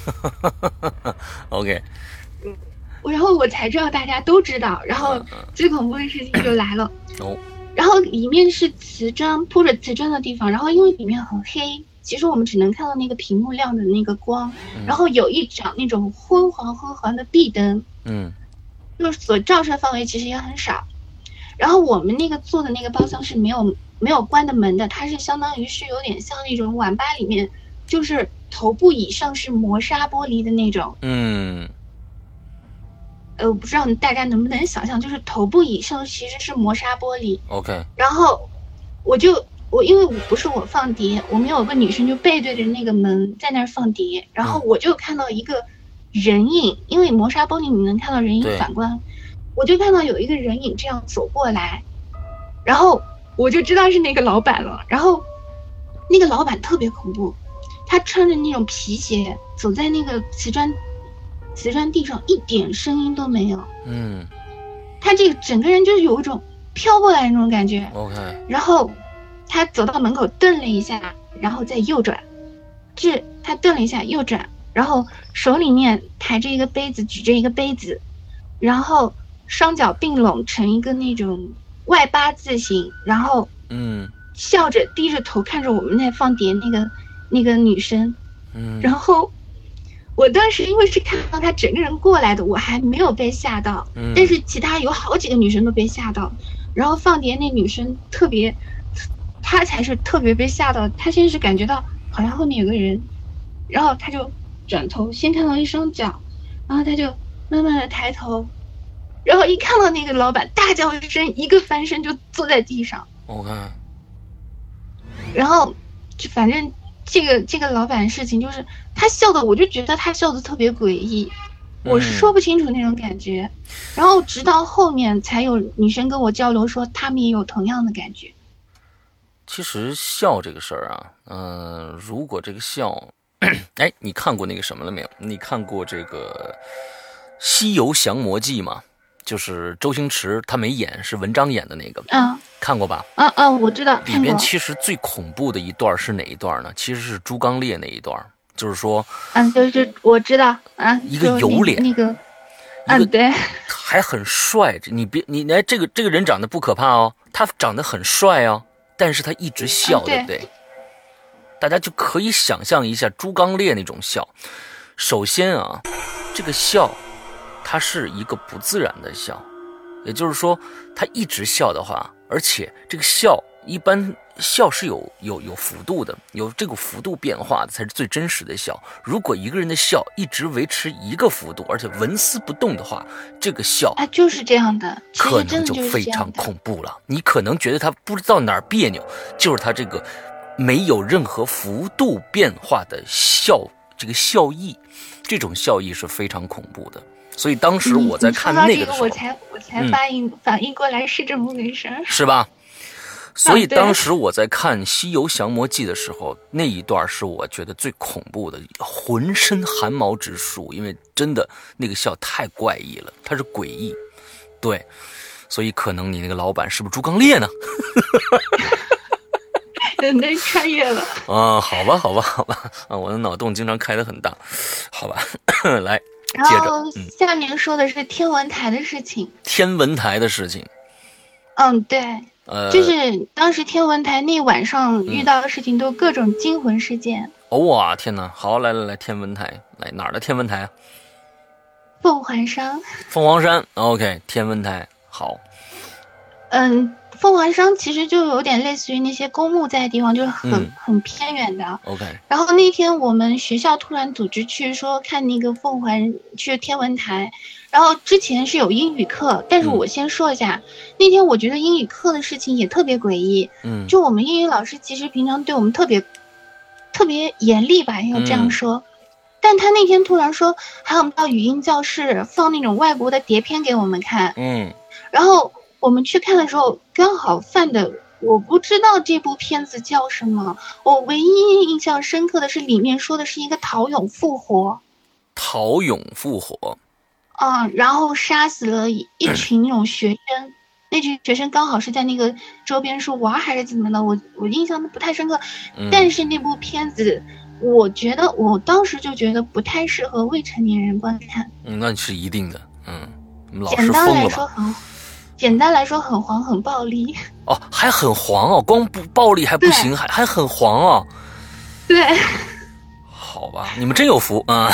OK， 嗯，然后我才知道大家都知道，然后最恐怖的事情就来了。 哦， 然后里面是瓷砖铺着瓷砖的地方，然后因为里面很黑，其实我们只能看到那个屏幕亮的那个光，然后有一盏那种昏黄昏黄的壁灯， 嗯， 就是所照射范围其实也很少。然后我们那个坐的那个包厢是没有。没有关的门的，它是相当于是有点像那种网吧里面，就是头部以上是磨砂玻璃的那种。 嗯， 呃，我不知道大家能不能想象，就是头部以上其实是磨砂玻璃。 OK。 然后我就我因为我不是我放碟，我们有个女生就背对着那个门在那儿放碟，然后我就看到一个人影，因为磨砂玻璃你能看到人影反光，我就看到有一个人影这样走过来，然后。我就知道是那个老板了，然后那个老板特别恐怖，他穿着那种皮鞋走在那个瓷砖瓷砖地上，一点声音都没有。 嗯， 他这个整个人就是有一种飘过来那种感觉。 OK， 然后他走到门口顿了一下，然后再右转，就是他顿了一下右转，然后手里面抬着一个杯子，举着一个杯子，然后双脚并拢成一个那种。外八字形，然后嗯， 笑着低着头看着我们在放碟那个那个女生， 嗯， 然后我当时因为是看到她整个人过来的，我还没有被吓到， 嗯， 但是其他有好几个女生都被吓到，然后放碟那女生特别，她才是特别被吓到，她先是感觉到好像后面有个人，然后她就转头先看到一双脚，然后她就慢慢的抬头。然后一看到那个老板，大叫一声，一个翻身就坐在地上。 OK。 然后，就反正这个这个老板事情，就是他笑的，我就觉得他笑的特别诡异，我说不清楚那种感觉。嗯、然后直到后面才有女生跟我交流说，他们也有同样的感觉。 其实笑这个事儿啊，嗯、呃，如果这个笑，哎，你看过那个什么了没有？你看过这个《西游降魔记》吗？就是周星驰他没演，是文章演的那个， 嗯， 看过吧？ 啊啊，我知道。 里边其实最恐怖的一段是哪一段呢？其实是猪刚鬣那一段，就是说， 嗯，就是我知道啊， 一个有脸那个，嗯，对， 还很帅。你别你来这个这个人长得不可怕哦，他长得很帅哦，但是他一直笑， 嗯、对对不对？大家就可以想象一下猪刚鬣那种笑。首先啊，这个笑。它是一个不自然的笑，也就是说，他一直笑的话，而且这个笑一般笑是有有有幅度的，有这个幅度变化的才是最真实的笑。如果一个人的笑一直维持一个幅度，而且纹丝不动的话，这个笑啊，就是这样的， 可能就非常恐怖了。你可能觉得他不知道哪儿别扭，就是他这个没有任何幅度变化的笑，这个笑意，这种笑意是非常恐怖的。所以当时我在看那个的时候， 我才我才反应、嗯、反应过来是这么回事， 是吧？所以当时我在看《西游降魔记》的时候，那一段是我觉得最恐怖的，浑身汗毛直竖，因为真的那个笑太怪异了，它是诡异。对，所以可能你那个老板是不是猪刚鬣呢？ 人类穿越了啊！好吧，好吧，好吧，啊，我的脑洞经常开得很大，好吧，来。 然后下面说的是天文台的事情。 天文台的事情， 嗯，对， 呃， 就是当时天文台那晚上遇到的事情，都各种惊魂事件。 哦哇，天哪！好，来来来，天文台，来哪儿的天文台啊？ 凤凰山。 凤凰山 ，OK， 天文台，好。 嗯，凤凰山其实就有点类似于那些公墓在的地方，就是很、嗯、很偏远的。 OK。 然后那天我们学校突然组织去说看那个凤凰，去天文台。然后之前是有英语课，但是我先说一下，嗯、那天我觉得英语课的事情也特别诡异。 嗯。 就我们英语老师其实平常对我们特别特别严厉吧，要这样说。嗯、但他那天突然说喊我们到语音教室放那种外国的碟片给我们看。 嗯。 然后我们去看的时候，刚好犯的我不知道这部片子叫什么，我唯一印象深刻的是里面说的是一个陶俑复活。 陶俑复活。 嗯，然后杀死了一群那种学生，嗯、那群学生刚好是在那个周边是玩还是怎么的，我我印象不太深刻。 嗯、 但是那部片子，我觉得我当时就觉得不太适合未成年人观看。 嗯，那是一定的。嗯，老师简单疯了吧？ 来说很，简单来说很黄很暴力。 哦，还很黄哦，光不暴力还不行，还还很黄哦。 对。 好吧，你们真有福啊！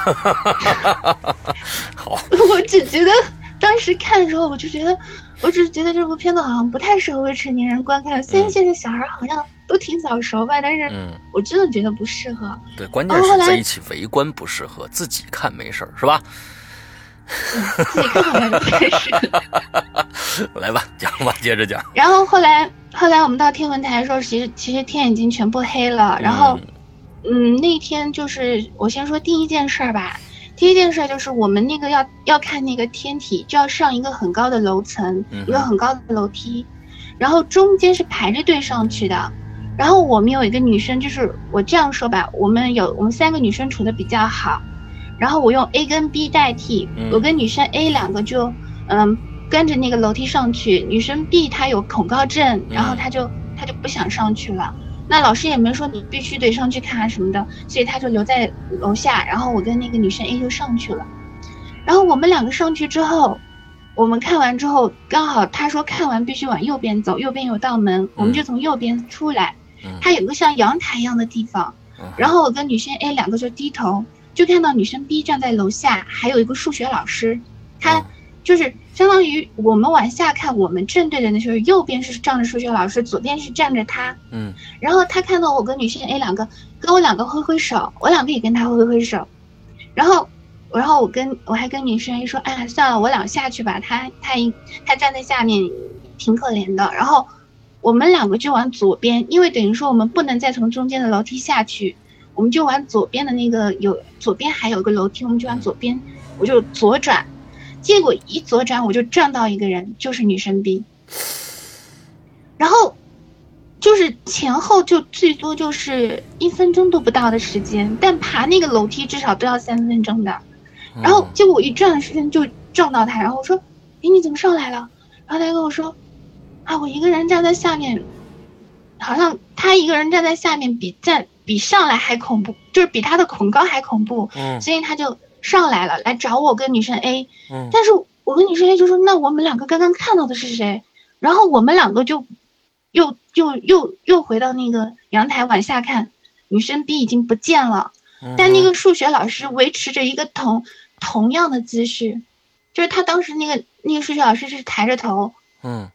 好， 我只觉得当时看的时候，我就觉得，我只是觉得这部片子好像不太适合未成年人观看。虽然现在小孩好像都挺早熟吧，但是我真的觉得不适合。 嗯、对，关键是在一起围观不适合，自己看没事是吧？ 嗯、自己看好像不太适合。 来吧，讲吧，接着讲。 然后后来，后来我们到天文台的时候，其实其实天已经全部黑了，然后。嗯嗯，那天就是我先说第一件事儿吧。第一件事就是我们那个要要看那个天体，就要上一个很高的楼层， 嗯、 一个很高的楼梯，然后中间是排着队上去的。然后我们有一个女生，就是我这样说吧，我们有我们三个女生处的比较好，然后我用 A 跟 B 代替， 嗯、 我跟女生 A 两个就嗯跟着那个楼梯上去，女生 B 她有恐高症，然后她就、嗯、她就不想上去了。那老师也没说你必须得上去看什么的，所以他就留在楼下，然后我跟那个女生 A 就上去了。然后我们两个上去之后，我们看完之后，刚好他说看完必须往右边走，右边有道门，我们就从右边出来。它有个像阳台一样的地方，然后我跟女生 A 两个就低头，就看到女生 B 站在楼下，还有一个数学老师，他就是相当于我们往下看，我们正对的那就是右边是站着数学老师，左边是站着他。 嗯， 然后他看到我跟女生 A 两个，跟我两个挥挥手，我两个也跟他挥挥手。然后，然后我跟我还跟女生 A 说，哎，算了，我俩下去吧。他他一他站在下面，挺可怜的。然后我们两个就往左边，因为等于说我们不能再从中间的楼梯下去，我们就往左边的那个有左边还有个楼梯，我们就往左边，我就左转。结果一左转我就撞到一个人，就是女生 B， 然后就是前后就最多就是一分钟都不到的时间，但爬那个楼梯至少都要三分钟的。然后结果我一转的时间就撞到他，然后我说：“诶，你怎么上来了？”然后他跟我说：“啊，我一个人站在下面，好像他一个人站在下面比站比上来还恐怖，就是比他的恐高还恐怖。” 嗯， 所以他就上来了，来找我跟女生 A。 嗯， 但是我跟女生 A 就说：“那我们两个刚刚看到的是谁？”然后我们两个就又又又又回到那个阳台往下看，女生 B 已经不见了， 嗯、 但那个数学老师维持着一个同同样的姿势，就是他当时那个那个数学老师是抬着头， 嗯，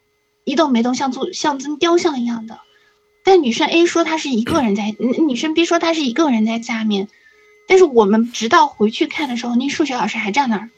一动没动，像做像尊雕像一样的。但女生 A 说她是一个人在，女生 B 说她是一个人在下面，但是我们直到回去看的时候，那数学老师还站那儿。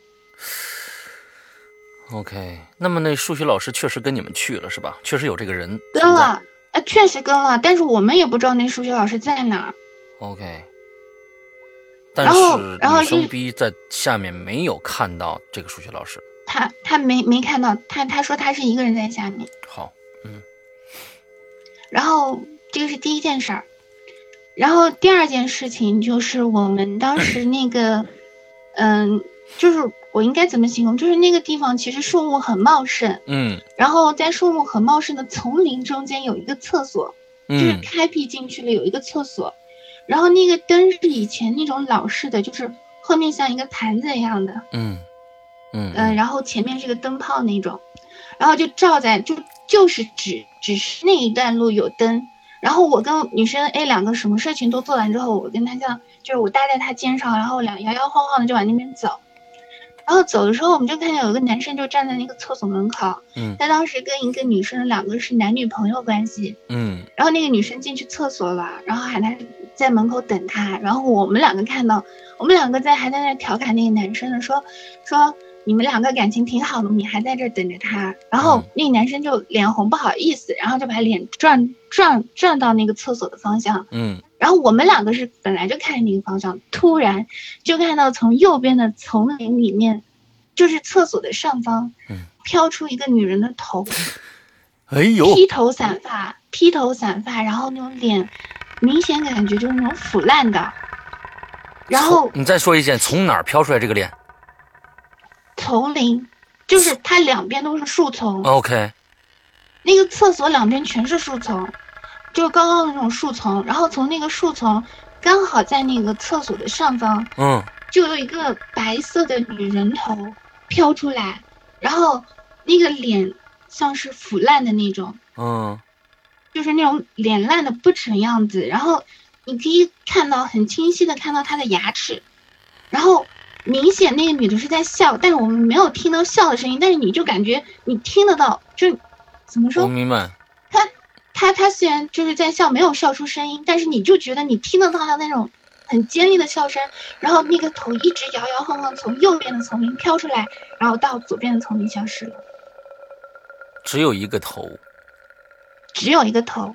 OK， 那么那数学老师确实跟你们去了是吧？确实有这个人跟了，呃，确实跟了，但是我们也不知道那数学老师在哪儿。 OK， 但是女生 B 在下面没有看到这个数学老师。 他他没没看到，他他说他是一个人在下面。 好，嗯。 然后这个是第一件事儿，然后第二件事情就是我们当时那个，嗯，就是我应该怎么形容？就是那个地方其实树木很茂盛， 嗯， 然后在树木很茂盛的丛林中间有一个厕所， 嗯， 就是开辟进去了有一个厕所，然后那个灯是以前那种老式的，就是后面像一个坛子一样的， 嗯嗯嗯、呃，然后前面是个灯泡那种，然后就照在就就是只只是那一段路有灯。然后我跟女生 A 两个什么事情都做完之后，我跟她这样，就是我搭在她肩上，然后两摇摇晃晃的就往那边走。然后走的时候，我们就看见有一个男生就站在那个厕所门口， 嗯， 他当时跟一个女生两个是男女朋友关系， 嗯， 然后那个女生进去厕所了，然后喊他在门口等他，然后我们两个看到，我们两个在还在那调侃那个男生呢，说说你们两个感情挺好的，你还在这等着他，然后那个男生就脸红不好意思，然后就把脸转转转到那个厕所的方向， 嗯。 然后我们两个是本来就看那个方向，突然就看到从右边的丛林里面，就是厕所的上方， 嗯， 飘出一个女人的头， 哎呦， 披头散发，披头散发，然后那种脸，明显感觉就是那种腐烂的。然后你再说一遍，从哪儿飘出来这个脸？ 丛林，就是它两边都是树丛。 OK， 那个厕所两边全是树丛。就是高高的那种树丛，然后从那个树丛刚好在那个厕所的上方， 嗯， 就有一个白色的女人头飘出来，然后那个脸像是腐烂的那种， 嗯， 就是那种脸烂的不成样子，然后你可以看到很清晰的看到她的牙齿，然后明显那个女的是在笑，但是我们没有听到笑的声音，但是你就感觉你听得到，就怎么说？ 我明白。 她他他虽然就是在笑，没有笑出声音，但是你就觉得你听得到他那种很尖利的笑声，然后那个头一直摇摇晃晃从右边的丛林飘出来，然后到左边的丛林消失了。 只有一个头， 只有一个头。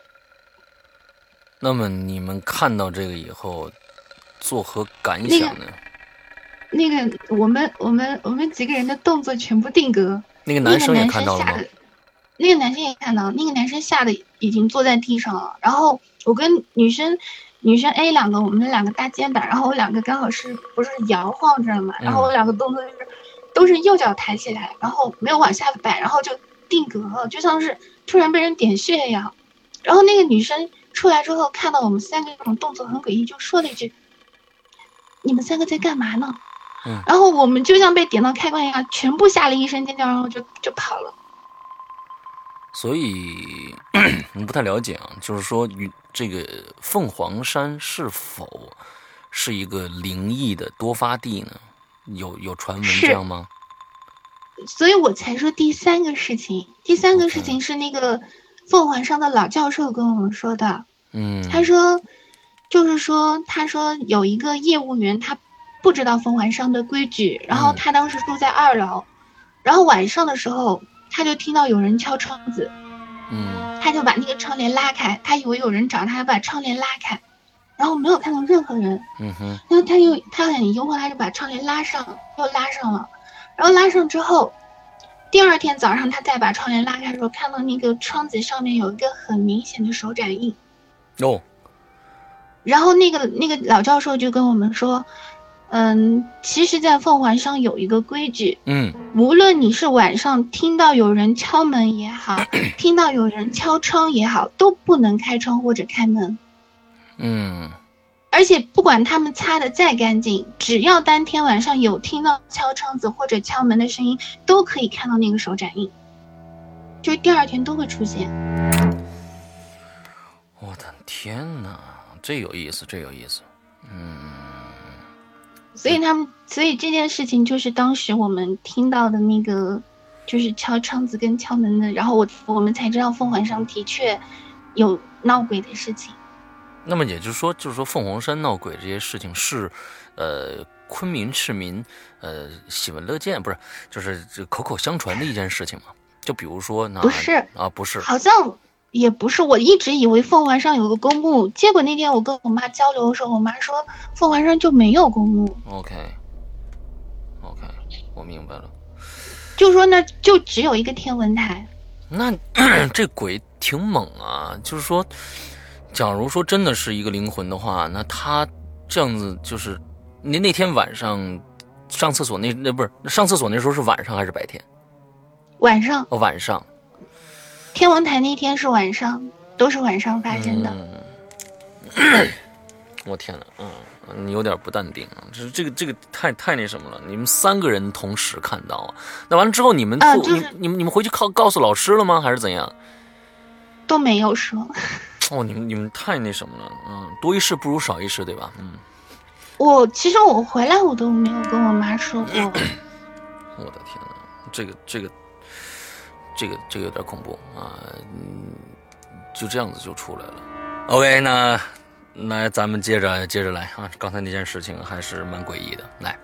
那么你们看到这个以后，作何感想呢？ 那个、那个、我们我们我们几个人的动作全部定格。 那个男生也看到了吗？ 那个男生也看到，那个男生吓得已经坐在地上了。然后我跟女生，女生 A 两个，我们两个搭肩膀，然后我两个刚好是不是摇晃着嘛？然后我两个动作就是都是右脚抬起来，然后没有往下摆，然后就定格了，就像是突然被人点穴一样。然后那个女生出来之后，看到我们三个这种动作很诡异，就说了一句：“你们三个在干嘛呢？” 嗯。 然后我们就像被点到开关一样，全部吓了一声尖叫，然后就就跑了。 所以你不太了解啊，就是说，这个凤凰山是否是一个灵异的多发地呢？有有传闻这样吗？ 所以我才说第三个事情，第三个事情是那个凤凰山的老教授跟我们说的。 嗯， 他说，就是说，他说有一个业务员，他不知道凤凰山的规矩，然后他当时住在二楼，然后晚上的时候。他就听到有人敲窗子， 嗯， 他就把那个窗帘拉开，他以为有人找他，把窗帘拉开，然后没有看到任何人， 嗯哼， 然后他又他很疑惑，他就把窗帘拉上，又拉上了，然后拉上之后，第二天早上他再把窗帘拉开的时候，看到那个窗子上面有一个很明显的手掌印， 哦， 然后那个那个老教授就跟我们说。嗯，其实，在凤凰山有一个规矩， 嗯， 无论你是晚上听到有人敲门也好，听到有人敲窗也好，都不能开窗或者开门。 嗯， 而且不管他们擦的再干净，只要当天晚上有听到敲窗子或者敲门的声音，都可以看到那个手掌印，就是第二天都会出现。 我的天哪，这有意思，这有意思，嗯。 所以他们，所以这件事情就是当时我们听到的那个就是敲窗子跟敲门的，然后我我们才知道凤凰山的确有闹鬼的事情。 那么也就是说，就是说凤凰山闹鬼这些事情是，呃，昆明市民呃喜闻乐见，不是，就是这口口相传的一件事情嘛。就比如说，那不是啊，不是， 好像也不是，我一直以为凤凰山有个公墓，结果那天我跟我妈交流的时候，我妈说凤凰山就没有公墓。 OK，OK，、okay, okay, 我明白了。 就说那就只有一个天文台。 那这鬼挺猛啊，就是说。假如说真的是一个灵魂的话，那他这样子就是，您那天晚上上厕所那那不是上厕所那时候是晚上还是白天？ 晚上。 哦，晚上。 天文台那天是晚上，都是晚上发生的。 嗯、我天哪，嗯，你有点不淡定啊，这这个这个太太那什么了。你们三个人同时看到啊，那完了之后你们、 呃就是、 你你们你们回去告告诉老师了吗？还是怎样？ 都没有说。 哦，你们你们太那什么了，嗯，多一事不如少一事，对吧？嗯， 我其实我回来我都没有跟我妈说过。 我的天哪，这个这个这个这个有点恐怖啊！嗯，就这样子就出来了。OK， 那那咱们接着接着来啊，刚才那件事情还是蛮诡异的，来。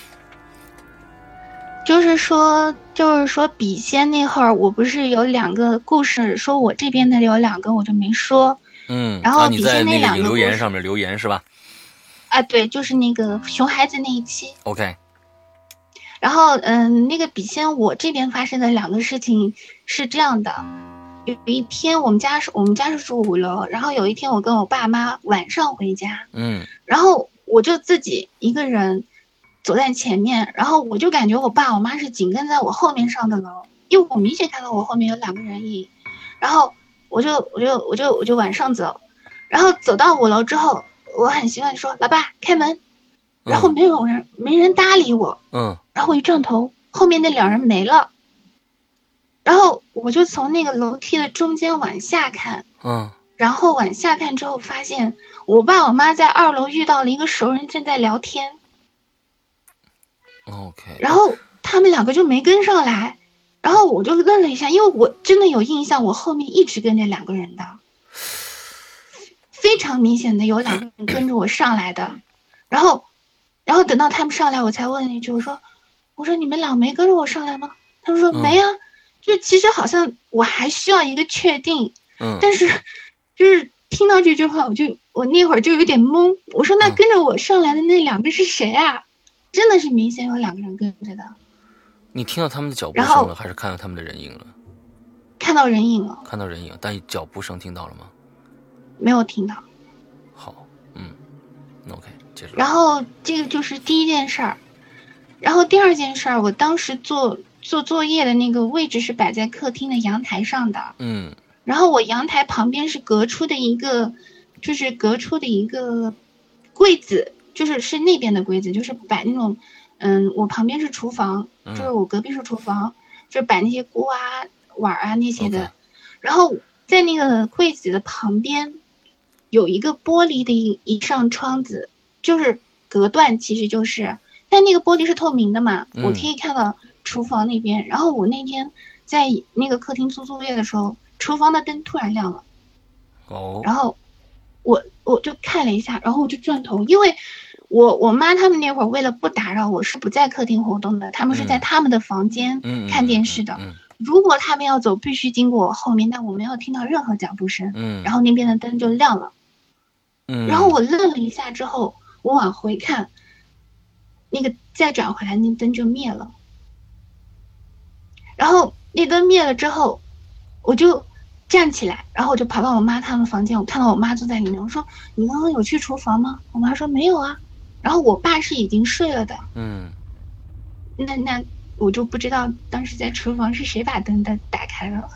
就是说，就是说，笔仙那会儿，我不是有两个故事，说我这边的有两个，我就没说。 嗯， 然后笔仙那两个留言上面留言是吧？ 啊，对，就是那个熊孩子那一期。 OK。 然后，嗯，那个笔仙我这边发生的两个事情是这样的：有一天我们家是我们家是住五楼，然后有一天我跟我爸妈晚上回家， 嗯， 然后我就自己一个人。走在前面，然后我就感觉我爸我妈是紧跟在我后面上的楼，因为我明显看到我后面有两个人影，然后我就我就我就我就往上走，然后走到五楼之后，我很习惯说老爸开门，然后没有人、嗯、没人搭理我， 嗯， 然后我一转头，后面那两人没了，然后我就从那个楼梯的中间往下看， 嗯， 然后往下看之后发现我爸我妈在二楼遇到了一个熟人正在聊天。 OK， 然后他们两个就没跟上来，然后我就愣了一下，因为我真的有印象，我后面一直跟着两个人的，非常明显的有两个人跟着我上来的，然后，然后等到他们上来，我才问了一句，我说，我说你们俩没跟着我上来吗？他们说没啊，嗯、就其实好像我还需要一个确定， 嗯， 但是就是听到这句话，我就我那会儿就有点懵，我说那跟着我上来的那两个是谁啊？真的是明显有两个人跟着的。 你听到他们的脚步声了，还是看到他们的人影了？ 看到人影了。 看到人影，但脚步声听到了吗？ 没有听到。 好，嗯 ，OK， 接着。 然后这个就是第一件事儿，然后第二件事儿，我当时做做作业的那个位置是摆在客厅的阳台上的， 嗯， 然后我阳台旁边是隔出的一个，就是隔出的一个柜子。就是是那边的柜子，就是摆那种，嗯，我旁边是厨房，就是我隔壁是厨房，就是摆那些锅啊、碗啊那些的。 Okay. 然后在那个柜子的旁边，有一个玻璃的一一扇窗子，就是隔断，其实就是，但那个玻璃是透明的嘛， 嗯、 我可以看到厨房那边。然后我那天在那个客厅做作业的时候，厨房的灯突然亮了， 哦， 然后我我就看了一下，然后我就转头，因为。我我妈他们那会儿为了不打扰我，是不在客厅活动的，他们是在他们的房间看电视的。 嗯嗯嗯嗯、 如果他们要走，必须经过我后面，但我没有听到任何脚步声。 嗯， 然后那边的灯就亮了。 嗯， 然后我愣了一下之后，我往回看，那个再转回来，那灯就灭了。然后那灯灭了之后，我就站起来，然后我就跑到我妈他们房间，我看到我妈坐在里面，我说：“你刚刚有去厨房吗？”我妈说：“没有啊。”然后我爸是已经睡了的， 嗯， 那那我就不知道当时在厨房是谁把灯的打开了。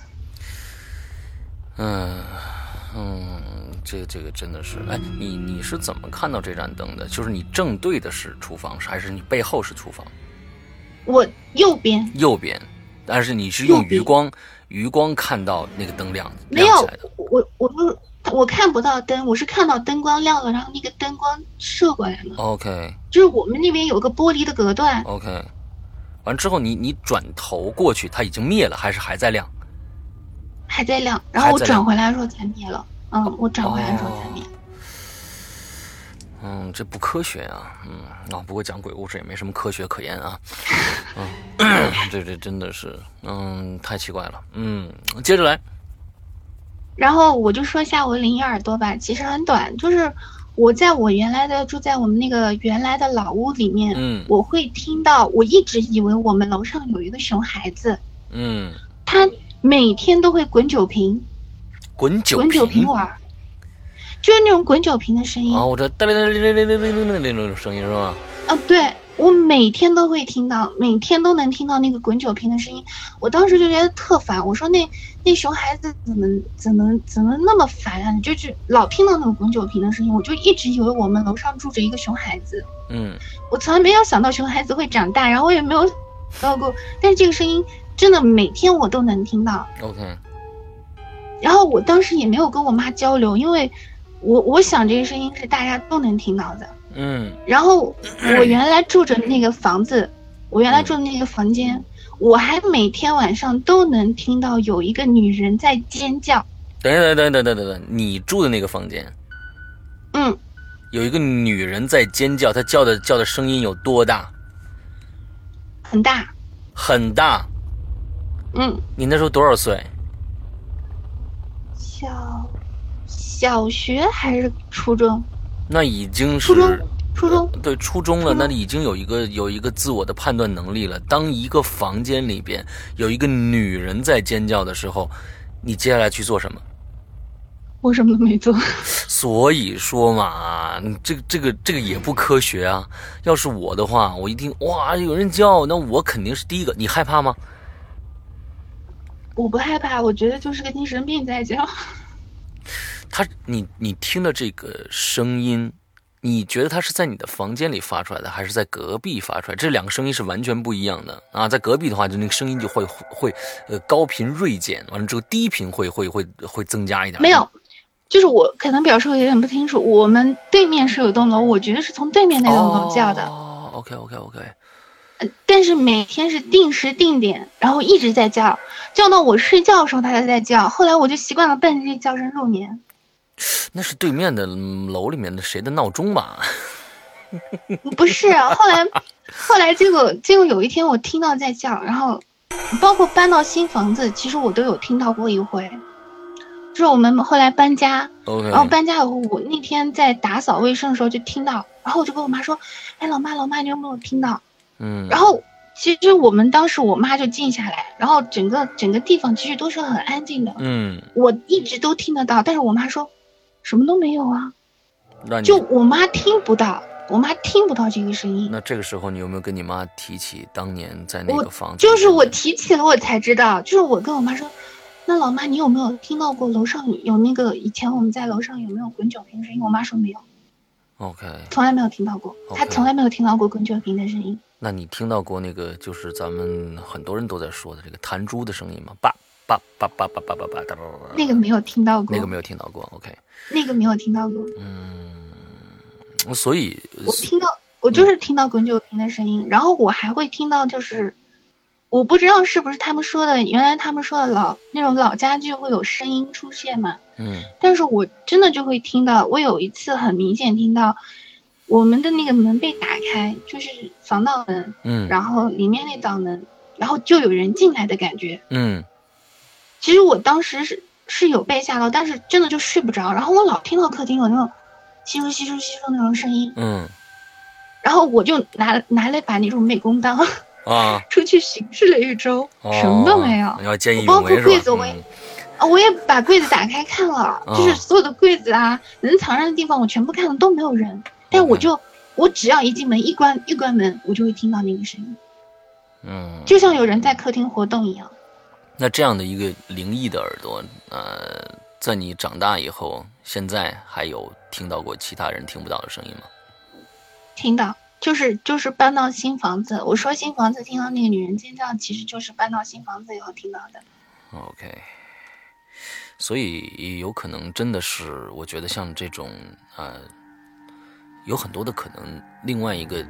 嗯嗯，这个这个真的是，哎，你你是怎么看到这盏灯的？就是你正对的是厨房，还是你背后是厨房？ 我右边。 右边，但是你是用余光余光看到那个灯亮没有亮起来的。 我我不。我看不到灯，我是看到灯光亮了，然后那个灯光射过来了。 OK， 就是我们那边有个玻璃的隔断。 OK， 完之后你你转头过去，它已经灭了还是还在亮？ 还在亮，然后我转回来的时候才灭了。嗯，我转回来的时候才灭。哦嗯，这不科学啊，嗯啊，不过讲鬼故事也没什么科学可言啊，嗯，这这真的是，嗯，太奇怪了，嗯，接着来。 然后我就说一下我灵异耳朵吧，其实很短，就是我在我原来的住在我们那个原来的老屋里面， 嗯， 我会听到，我一直以为我们楼上有一个熊孩子， 嗯， 他每天都会滚酒瓶， 滚酒滚酒瓶玩。就是那种滚酒瓶的声音啊，我这哒哒哒哒哒哒哒那种声音是吧？ 啊，对，我每天都会听到，每天都能听到那个滚酒瓶的声音。我当时就觉得特烦，我说那那熊孩子怎么怎么怎么那么烦啊？你就是老听到那种滚酒瓶的声音，我就一直以为我们楼上住着一个熊孩子。 嗯， 我从来没有想到熊孩子会长大，然后我也没有想到过，但是这个声音真的每天我都能听到。 OK。 然后我当时也没有跟我妈交流，因为。我我想这个声音是大家都能听到的， 嗯， 然后我原来住着那个房子，我原来住的那个房间，嗯、我还每天晚上都能听到有一个女人在尖叫。 等等等等等等等，你住的那个房间， 嗯， 有一个女人在尖叫，她叫的叫的声音有多大？ 很大， 很大。 嗯， 你那时候多少岁？ 小。小学还是初中？ 那已经是初中，初中、 呃、对初中了，那已经有一个有一个自我的判断能力了。当一个房间里边有一个女人在尖叫的时候，你接下来去做什么？ 我什么都没做。 所以说嘛，这个这个这个也不科学啊。要是我的话，我一听哇有人叫，那我肯定是第一个。你害怕吗？ 我不害怕，我觉得就是个精神病在叫。 他，你你听的这个声音，你觉得它是在你的房间里发出来的，还是在隔壁发出来？这两个声音是完全不一样的啊！在隔壁的话，就那个声音就会会呃高频锐减，完了之后低频会会会会增加一点。 没有，就是我可能表述有点不清楚。我们对面是有栋楼，我觉得是从对面那栋楼叫的。 哦 ，OK OK OK。 但是每天是定时定点，然后一直在叫，叫到我睡觉的时候它才在叫。后来我就习惯了伴着这叫声入眠。 那是对面的楼里面的谁的闹钟吧？ 不是，后来后来结果结果有一天我听到在叫，然后包括搬到新房子，其实我都有听到过一回。就是我们后来搬家， okay. 然后搬家以后，我那天在打扫卫生的时候就听到，然后我就跟我妈说：“哎，老妈老妈，你有没有听到？” 嗯， 然后其实我们当时我妈就静下来，然后整个整个地方其实都是很安静的。 嗯， 我一直都听得到，但是我妈说什么都没有啊， 那就我妈听不到，我妈听不到这个声音。 那这个时候你有没有跟你妈提起当年在那个房子？ 就是我提起了，我才知道，就是我跟我妈说，那老妈你有没有听到过楼上有那个以前我们在楼上有没有滚酒瓶声音？我妈说没有。 OK， 从来没有听到过， okay. 她从来没有听到过滚酒瓶的声音。 那你听到过那个就是咱们很多人都在说的这个弹珠的声音吗？叭叭叭叭叭叭叭叭叭。 那个没有听到过。 那个没有听到过。OK。 那个没有听到过。 嗯，所以我听到，我就是听到滚酒瓶的声音，嗯、然后我还会听到，就是我不知道是不是他们说的，原来他们说的老那种老家具会有声音出现嘛。 嗯。 但是我真的就会听到，我有一次很明显听到。我们的那个门被打开，就是防盗门， 嗯， 然后里面那道门，然后就有人进来的感觉， 嗯。 其实我当时是是有被吓到，但是真的就睡不着，然后我老听到客厅有那种稀疏稀疏稀疏那种声音， 嗯， 然后我就拿拿了把那种美工刀啊， 出去巡视了一周， 哦、 什么都没有， 要见义包括勇为柜子我也。 嗯啊、哦，我也把柜子打开看了， 哦、 就是所有的柜子啊，能藏人的地方我全部看了，都没有人，但我就。我只要一进门，一关一关门，我就会听到那个声音， 嗯， 就像有人在客厅活动一样。 那这样的一个灵异的耳朵，呃，在你长大以后，现在还有听到过其他人听不到的声音吗？ 听到，就是就是搬到新房子。我说新房子听到那个女人尖叫，其实就是搬到新房子以后听到的。 OK， 所以有可能真的是，我觉得像这种呃。有很多的可能，另外一个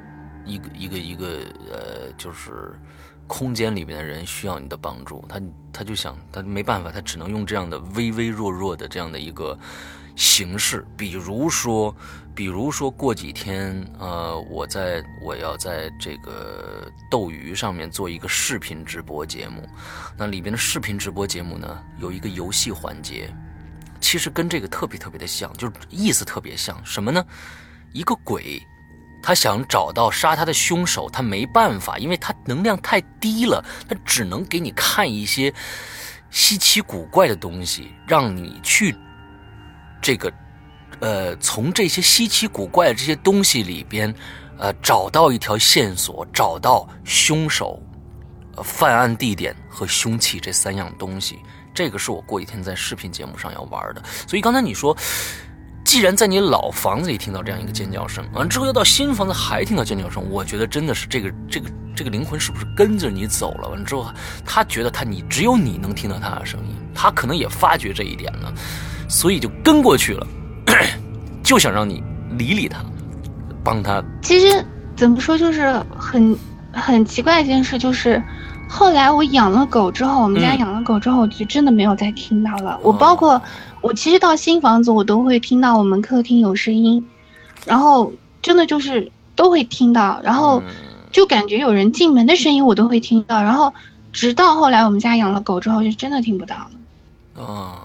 一个一个一个呃，就是空间里面的人需要你的帮助，他他就想他没办法，他只能用这样的微微弱弱的这样的一个形式，比如说，比如说过几天，呃，我在我要在这个斗鱼上面做一个视频直播节目，那里边的视频直播节目呢，有一个游戏环节，其实跟这个特别特别的像，就是意思特别像，什么呢？一个鬼，他想找到杀他的凶手，他没办法，因为他能量太低了，他只能给你看一些稀奇古怪的东西，让你去这个呃从这些稀奇古怪的这些东西里边呃找到一条线索，找到凶手、呃、犯案地点和凶器这三样东西。这个是我过几天在视频节目上要玩的。所以刚才你说，既然在你老房子里听到这样一个尖叫声，完之后又到新房子还听到尖叫声，我觉得真的是这个这个这个灵魂是不是跟着你走了？完之后，他觉得他你只有你能听到他的声音，他可能也发觉这一点了，所以就跟过去了，就想让你理理他，帮他。 其实怎么说，就是很很奇怪的一件事，就是后来我养了狗之后，我们家养了狗之后，我就真的没有再听到了。嗯、我包括我其实到新房子，我都会听到我们客厅有声音，然后真的就是都会听到，然后就感觉有人进门的声音我都会听到，然后直到后来我们家养了狗之后，就真的听不到了。 哦，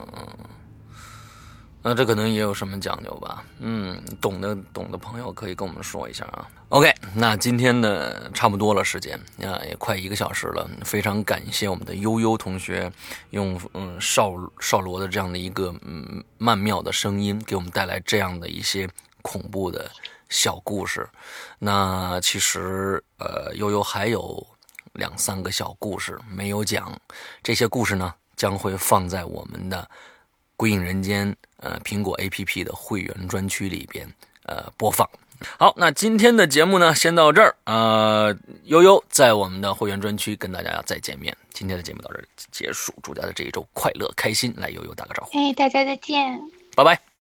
那这可能也有什么讲究吧？嗯，懂的懂的朋友可以跟我们说一下啊。OK， 那今天呢差不多了，时间啊也快一个小时了，非常感谢我们的悠悠同学用嗯少少罗的这样的一个嗯曼妙的声音，给我们带来这样的一些恐怖的小故事。那其实呃悠悠还有两三个小故事没有讲，这些故事呢将会放在我们的鬼影人间呃苹果 A P P 的会员专区里边呃播放。好，那今天的节目呢先到这儿，呃悠悠在我们的会员专区跟大家再见面。今天的节目到这儿结束，祝大家这一周快乐开心，来悠悠打个招呼。 哎，大家再见， 拜拜。